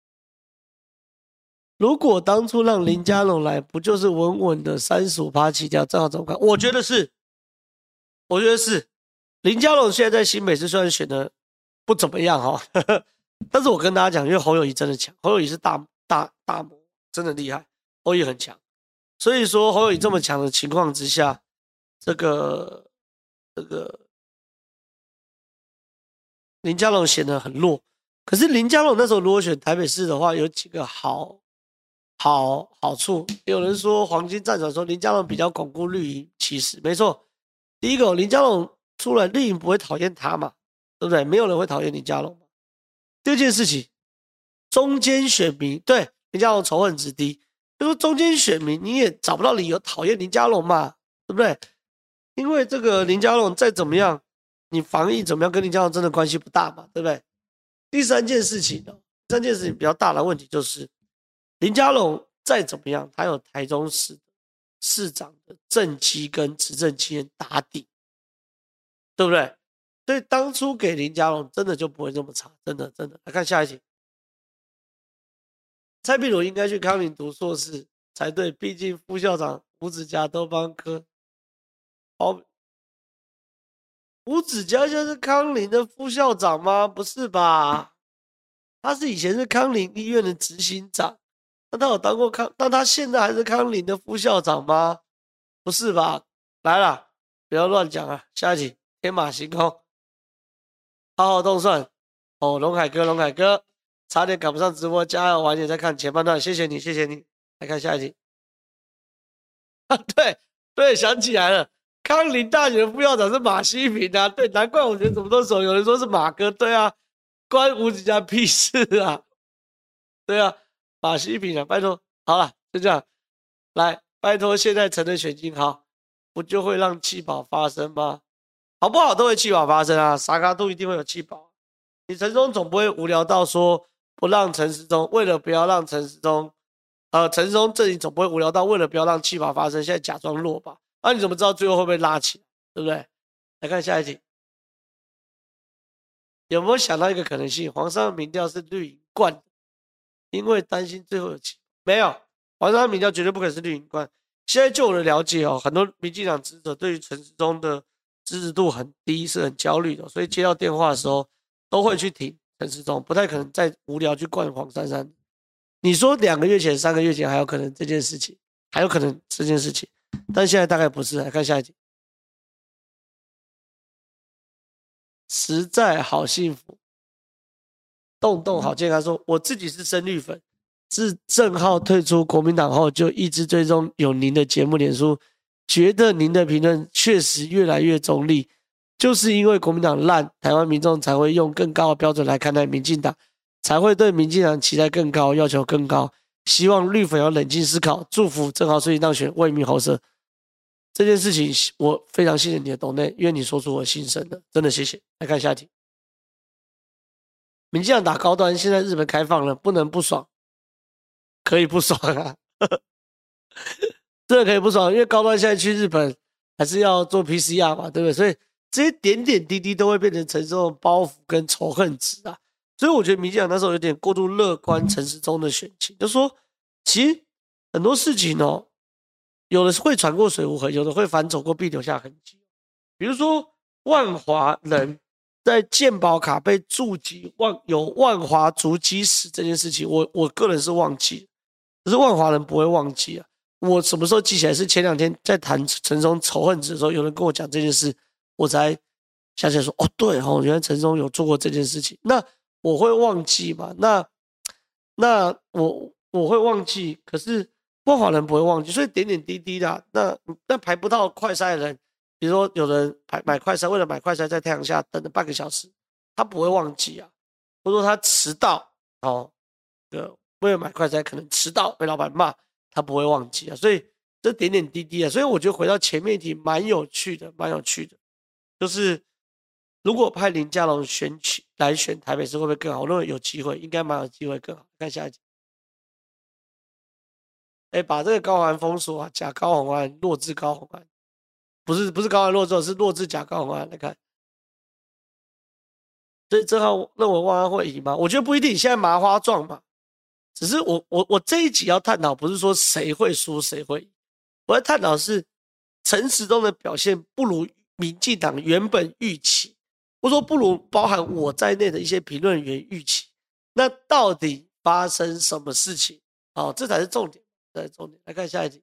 如果当初让林佳龙来，不就是稳稳的三十五趴起跳？正好怎么看？我觉得是，我觉得是。林佳龙现在在新北市虽然选的不怎么样哈、哦，但是我跟大家讲，因为侯友宜真的强，侯友宜是大大大魔，真的厉害，侯友宜很强。所以说侯友宜这么强的情况之下，这个这个林佳龙显得很弱。可是林佳龙那时候如果选台北市的话，有几个好。好好处，有人说黄金战场说林佳龙比较巩固绿营其实没错。第一个，林佳龙出来，绿营不会讨厌他嘛，对不对？没有人会讨厌林佳龙嘛。第二件事情，中间选民对林佳龙仇恨值低，就说中间选民你也找不到理由讨厌林佳龙嘛，对不对？因为这个林佳龙再怎么样，你防疫怎么样，跟林佳龙真的关系不大嘛，对不对？第三件事情呢，第三件事情比较大的问题就是。林佳龙再怎么样，他有台中市市长的政绩跟执政经验打底，对不对？所以当初给林佳龙真的就不会这么差，真的真的。来看下一题，蔡壁如应该去康宁读硕士才对，毕竟副校长吴子嘉都帮科。哦，吴子嘉现在是康宁的副校长吗？不是吧？他是以前是康宁医院的执行长。那他有当过康？那他现在还是康宁的副校长吗？不是吧？来啦，不要乱讲啊！下一题，天马行空，好好动算。哦，龙海哥，龙海哥，差点赶不上直播，加油！晚点再看前半段，谢谢你，谢谢你。来看下一题。啊，对对，想起来了，康宁大学的副校长是马西平啊。对，难怪我觉得怎么都熟，有人说是马哥，对啊，关吴子嘉屁事啊？对啊。马西平啊，拜托，好了，就这样，来，拜托，现在承认选进好，不就会让弃保发生吗？好不好都会弃保发生啊，沙卡度一定会有弃保。你陈时中总不会无聊到说不让陈时中，为了不要让陈时中呃，陈时中阵营总不会无聊到为了不要让气法发生，现在假装弱吧？那、啊、你怎么知道最后会不会拉起来？对不对？来看下一题，有没有想到一个可能性？黄珊民调是绿营惯的，因为担心最后有气。没有，黄珊民调绝对不可能是绿营惯。现在就我的了解哦，很多民进党支持者对于陈时中的支持度很低，是很焦虑的，所以接到电话的时候都会去挺陈时中，不太可能再无聊去灌黄珊珊。你说两个月前、三个月前还有可能这件事情，还有可能这件事情，但现在大概不是。来看下一题，实在好幸福，动动好健康说，我自己是深绿粉。自郑浩退出国民党后，就一直追踪有您的节目脸书，觉得您的评论确实越来越中立，就是因为国民党烂，台湾民众才会用更高的标准来看待民进党，才会对民进党期待更高，要求更高。希望绿粉要冷静思考，祝福郑浩顺利当选，为民喉舌。这件事情我非常谢谢你的斗内，因为你说出我心声了，真的谢谢。来看下题，民进党打高端，现在日本开放了，不能不爽。可以不爽啊，真的可以不爽，因为高端现在去日本还是要做 P C R 嘛，对不对？所以这些点点滴滴都会变成陈时中的包袱跟仇恨值啊。所以我觉得民进党那时候有点过度乐观陈时中的选情，就说其实很多事情哦，有的会船过水无痕，有的会反走过必留下痕迹。比如说万华人在健保卡被注记万有万华足迹史这件事情，我我个人是忘记了。可是万华人不会忘记啊！我什么时候记起来？是前两天在谈陈时中仇恨值的时候，有人跟我讲这件事，我才想起来说：“哦，对哦，原来陈时中有做过这件事情。”那我会忘记嘛？那那我我会忘记，可是万华人不会忘记，所以点点滴滴的、啊，那那排不到快筛的人，比如说有人排买快筛，为了买快筛在太阳下等了半个小时，他不会忘记啊，或者说他迟到哦，呃。为了买快餐可能迟到被老板骂，他不会忘记啊，所以这点点滴滴啊，所以我觉得回到前面一题蛮有趣的，蛮有趣的，就是如果派林佳龙选取来选台北市会不会更好？我认为有机会，应该蛮有机会更好。看下一集，哎，把这个高虹安封锁啊，假高虹安，弱智高虹安，不是不是高虹安弱智，是弱智假高虹安。来看，所以正好认为万安会赢吗？我觉得不一定，现在麻花状嘛。只是我我我这一集要探讨，不是说谁会输谁会赢，我要探讨是陈时中的表现不如民进党原本预期，或者说不如包含我在内的一些评论员预期。那到底发生什么事情？哦，这才是重点，这才是重点。来看下一题。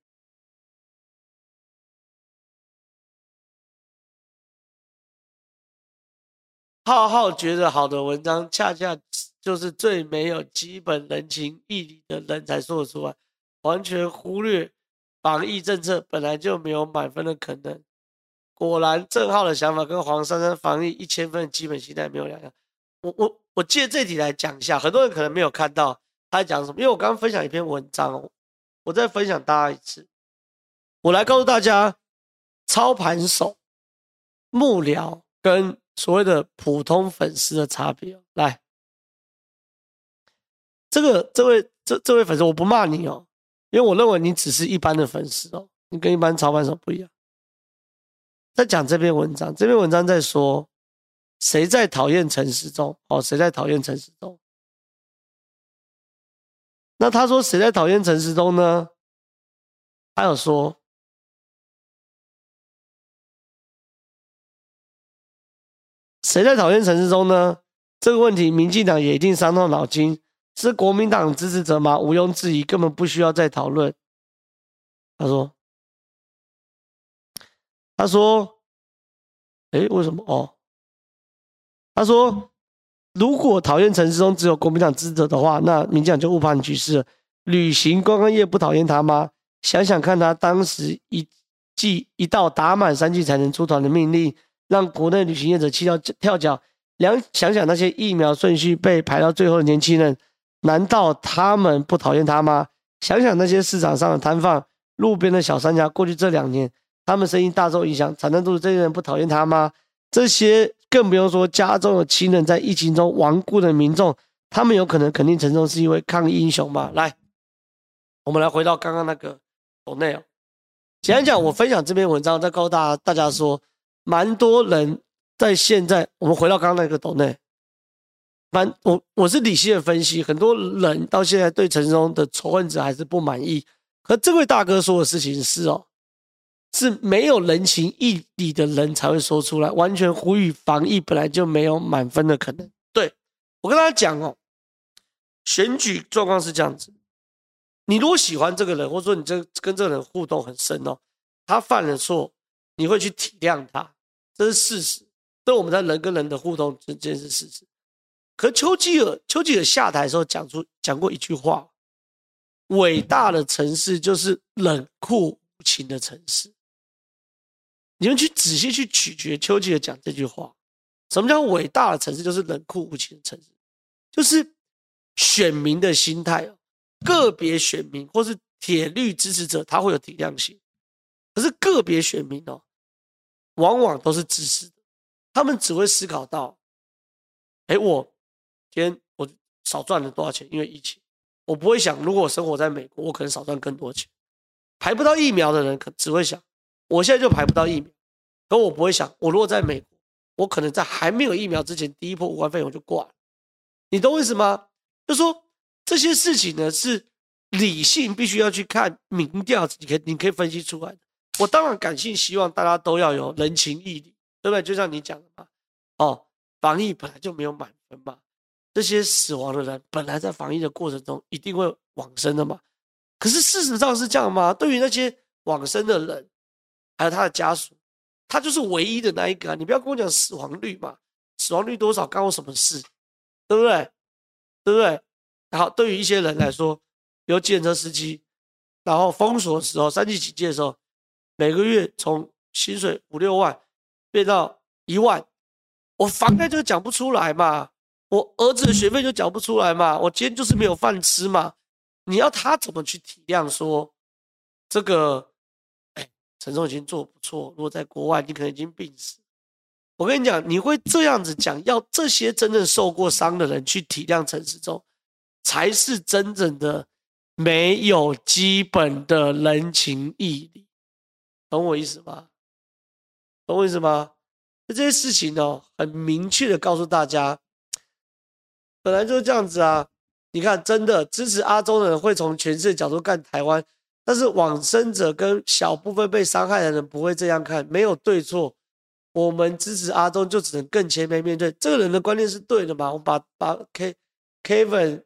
浩浩觉得好的文章，恰恰就是最没有基本人情义理的人才说得出来，完全忽略防疫政策本来就没有满分的可能。果然，郑浩的想法跟黄珊珊防疫一千分的基本心态没有两样。我我我借这题来讲一下，很多人可能没有看到他在讲什么，因为我刚刚分享一篇文章哦，我再分享大家一次，我来告诉大家，操盘手、幕僚跟所谓的普通粉丝的差别。来，这个这位这这位粉丝，我不骂你哦，因为我认为你只是一般的粉丝哦，你跟一般操盘手不一样。在讲这篇文章，这篇文章在说谁在讨厌陈时中哦，谁在讨厌陈时中？那他说谁在讨厌陈时中呢？他有说，谁在讨厌陈时中呢？这个问题，民进党也一定伤透脑筋。是国民党支持者吗？毋庸置疑，根本不需要再讨论。他说，他说，诶，为什么？哦，他说，如果讨厌陈时中只有国民党支持者的话，那民进党就误判局势了。旅行观光业不讨厌他吗？想想看他当时一季一到打满三季才能出团的命令，让国内旅行业者气到跳脚。想想想那些疫苗顺序被排到最后的年轻人，难道他们不讨厌他吗？想想那些市场上的摊贩、路边的小商家，过去这两年，他们生意大受影响，产能不足，这些人不讨厌他吗？这些更不用说家中有亲人在疫情中亡故的民众，他们有可能肯定陈时中是一位抗疫英雄吗？来， 我们来回到刚刚那个抖内哦。简单讲，我分享这篇文章，再告诉大家，大家说，蛮多人在现在，我们回到刚刚那个抖内，蛮我我是理性的分析，很多人到现在对陈时中的仇恨值还是不满意。可这位大哥说的事情是哦，是没有人情义理的人才会说出来，完全呼吁防疫本来就没有满分的可能。对，我跟大家讲哦，选举状况是这样子，你如果喜欢这个人，或者说你这跟这个人互动很深哦，他犯了错，你会去体谅他，这是事实。对我们在人跟人的互动之间是事实。可丘吉尔，丘吉尔下台的时候讲出讲过一句话，伟大的城市就是冷酷无情的城市。你们去仔细去咀嚼丘吉尔讲这句话，什么叫伟大的城市就是冷酷无情的城市？就是选民的心态哦，个别选民或是铁律支持者他会有体谅性，可是个别选民哦，往往都是自私的，他们只会思考到，哎，我今天我少赚了多少钱，因为疫情，我不会想，如果我生活在美国，我可能少赚更多钱。排不到疫苗的人，可只会想，我现在就排不到疫苗，可我不会想，我如果在美国，我可能在还没有疫苗之前，第一波武汉肺炎我就挂了。你懂我意思吗？就说这些事情呢，是理性必须要去看民调，你可以你可以分析出来的。我当然感性希望大家都要有人情义理，对不对？就像你讲的嘛，哦，防疫本来就没有满分嘛，这些死亡的人本来在防疫的过程中一定会往生的嘛。可是事实上是这样吗？对于那些往生的人，还有他的家属，他就是唯一的那一个啊！你不要跟我讲死亡率嘛，死亡率多少干我什么事，对不对？对不对？然后对于一些人来说，比如计程车司机，然后封锁的时候，三级警戒的时候，每个月从薪水五六万变到一万，我房贷就讲不出来嘛，我儿子的学费就缴不出来嘛，我今天就是没有饭吃嘛。你要他怎么去体谅说这个？哎，陈时中已经做得不错，如果在国外，你可能已经病死。我跟你讲，你会这样子讲，要这些真正受过伤的人去体谅陈时中，才是真正的没有基本的人情义理，懂我意思吗？懂我意思吗？这些事情哦，很明确的告诉大家，本来就是这样子啊。你看，真的支持阿中的人会从全世界角度看台湾，但是往生者跟小部分被伤害的人不会这样看，没有对错。我们支持阿中就只能更前面面对，这个人的观念是对的嘛？我们把把 K Kevin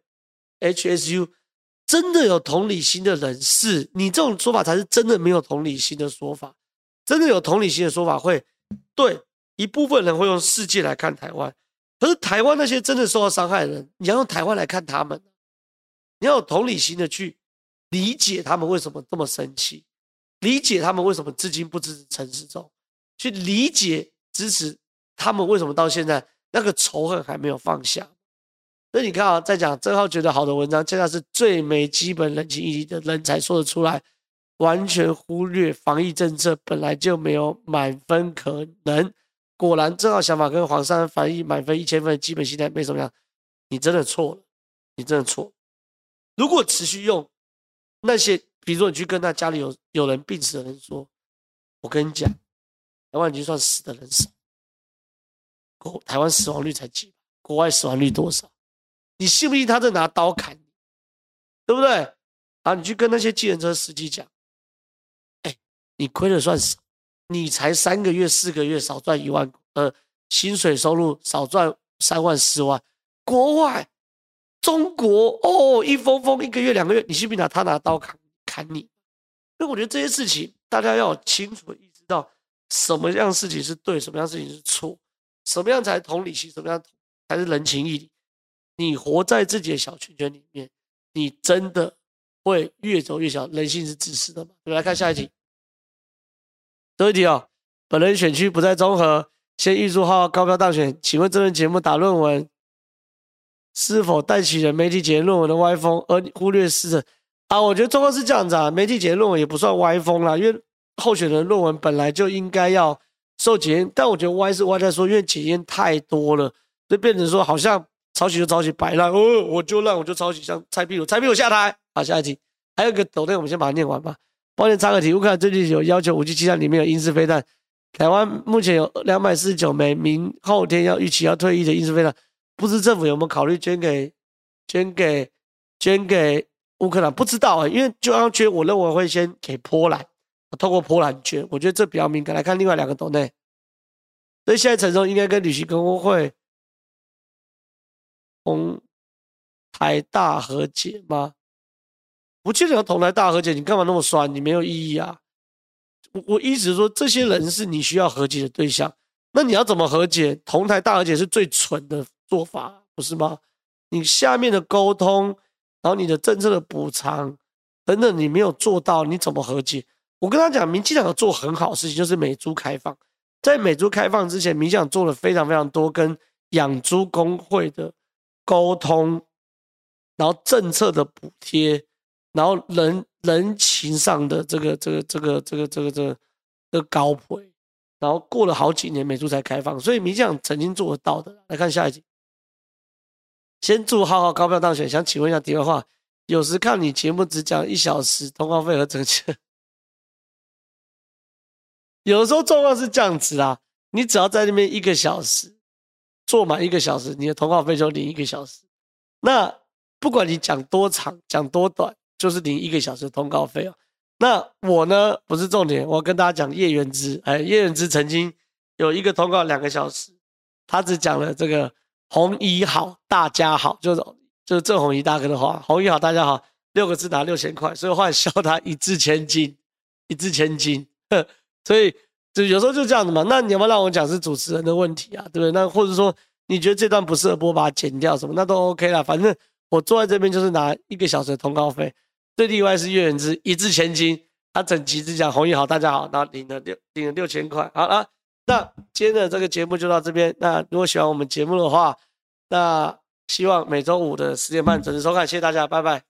H S U 真的有同理心的人士，你这种说法才是真的没有同理心的说法。真的有同理心的说法会对一部分人会用世界来看台湾。可是台湾那些真的受到伤害的人，你要用台湾来看他们，你要有同理心的去理解他们为什么这么生气，理解他们为什么至今不支持陈时中，去理解支持他们为什么到现在那个仇恨还没有放下。所以你看啊，在讲郑浩觉得好的文章，恰恰是最没基本人情义理的人才说得出来，完全忽略防疫政策本来就没有满分可能。果然正好想法跟黄珊防疫满分一千分的基本心态没什么样，你真的错了，你真的错了。如果持续用那些，比如说你去跟他家里有有人病死的人说，我跟你讲，台湾已经算死的人少，台湾死亡率才几，国外死亡率多少？你信不信他在拿刀砍你，对不对？然后你去跟那些计程车司机讲，哎，你亏的算少。你才三个月、四个月少赚一万，呃，薪水收入少赚三万、四万。国外、中国哦，一封封一个月、两个月，你信不信拿他拿刀砍砍你？所以我觉得这些事情大家要有清楚的意识到，什么样的事情是对，什么样的事情是错，什么样才同理心，什么样才是人情义理。你活在自己的小圈圈里面，你真的会越走越小。人性是自私的嘛？我们来看下一题。最后一题哦，本人选区不在中和，先预祝浩浩高票当选。请问这轮节目打论文是否带起人媒体检验论文的歪风，而忽略事实啊？我觉得状况是这样子啊，媒体检验论文也不算歪风啦，因为候选人论文本来就应该要受检验，但我觉得歪是歪在说，因为检验太多了，就变成说好像抄袭就抄袭，摆烂哦，我就烂我就抄袭，像蔡壁如，蔡壁如下台。好，下一题， 还有一个抖内，我们先把它念完吧。抱歉插个题，乌克兰最近有要求武器气弹里面有英式飞弹，台湾目前有两百四十九枚，明后天要预期要退役的英式飞弹，不知政府有没有考虑捐给捐给捐给乌克兰？不知道啊、欸，因为就要捐，我认为会先给波兰，透过波兰捐，我觉得这比较敏感。来看另外两个抖内，所以现在陈松应该跟旅行工会同台大和解吗？不见得要同台大和解，你干嘛那么酸？你没有意义啊！我我意思是说，这些人是你需要和解的对象，那你要怎么和解？同台大和解是最蠢的做法，不是吗？你下面的沟通，然后你的政策的补偿等等，你没有做到，你怎么和解？我跟他讲，民进党有做很好的事情，就是美猪开放。在美猪开放之前，民进党做了非常非常多跟养猪工会的沟通，然后政策的补贴。然后人人情上的这个这个这个这个这个这个这个高培，然后过了好几年美猪才开放，所以民进党曾经做得到的。来看下一集，先祝浩浩高票当选。想请问一下题外话，有时看你节目只讲一小时，通告费和整钱，有的时候状况是这样子啊，你只要在那边一个小时，做满一个小时，你的通告费就领一个小时。那不管你讲多长，讲多短。就是领一个小时的通告费哦。那我呢不是重点，我要跟大家讲叶元之，哎，叶元之曾经有一个通告两个小时，他只讲了这个红姨好，大家好，就是就是郑红姨大哥的话，红姨好，大家好，六个字拿六千块，所以我后来笑他一掷千金，一掷千金，呵，所以就有时候就这样子嘛。那你要不要让我讲是主持人的问题啊，对不对？那或者说你觉得这段不适合播，把它剪掉什么，那都 OK 啦。反正我坐在这边就是拿一个小时的通告费。最例外是岳元之一掷千金，他整集只讲红衣好，大家好，然后领了六领了六千块。好了，那今天的这个节目就到这边。那如果喜欢我们节目的话，那希望每周五的十点半准时收看，谢谢大家，拜拜。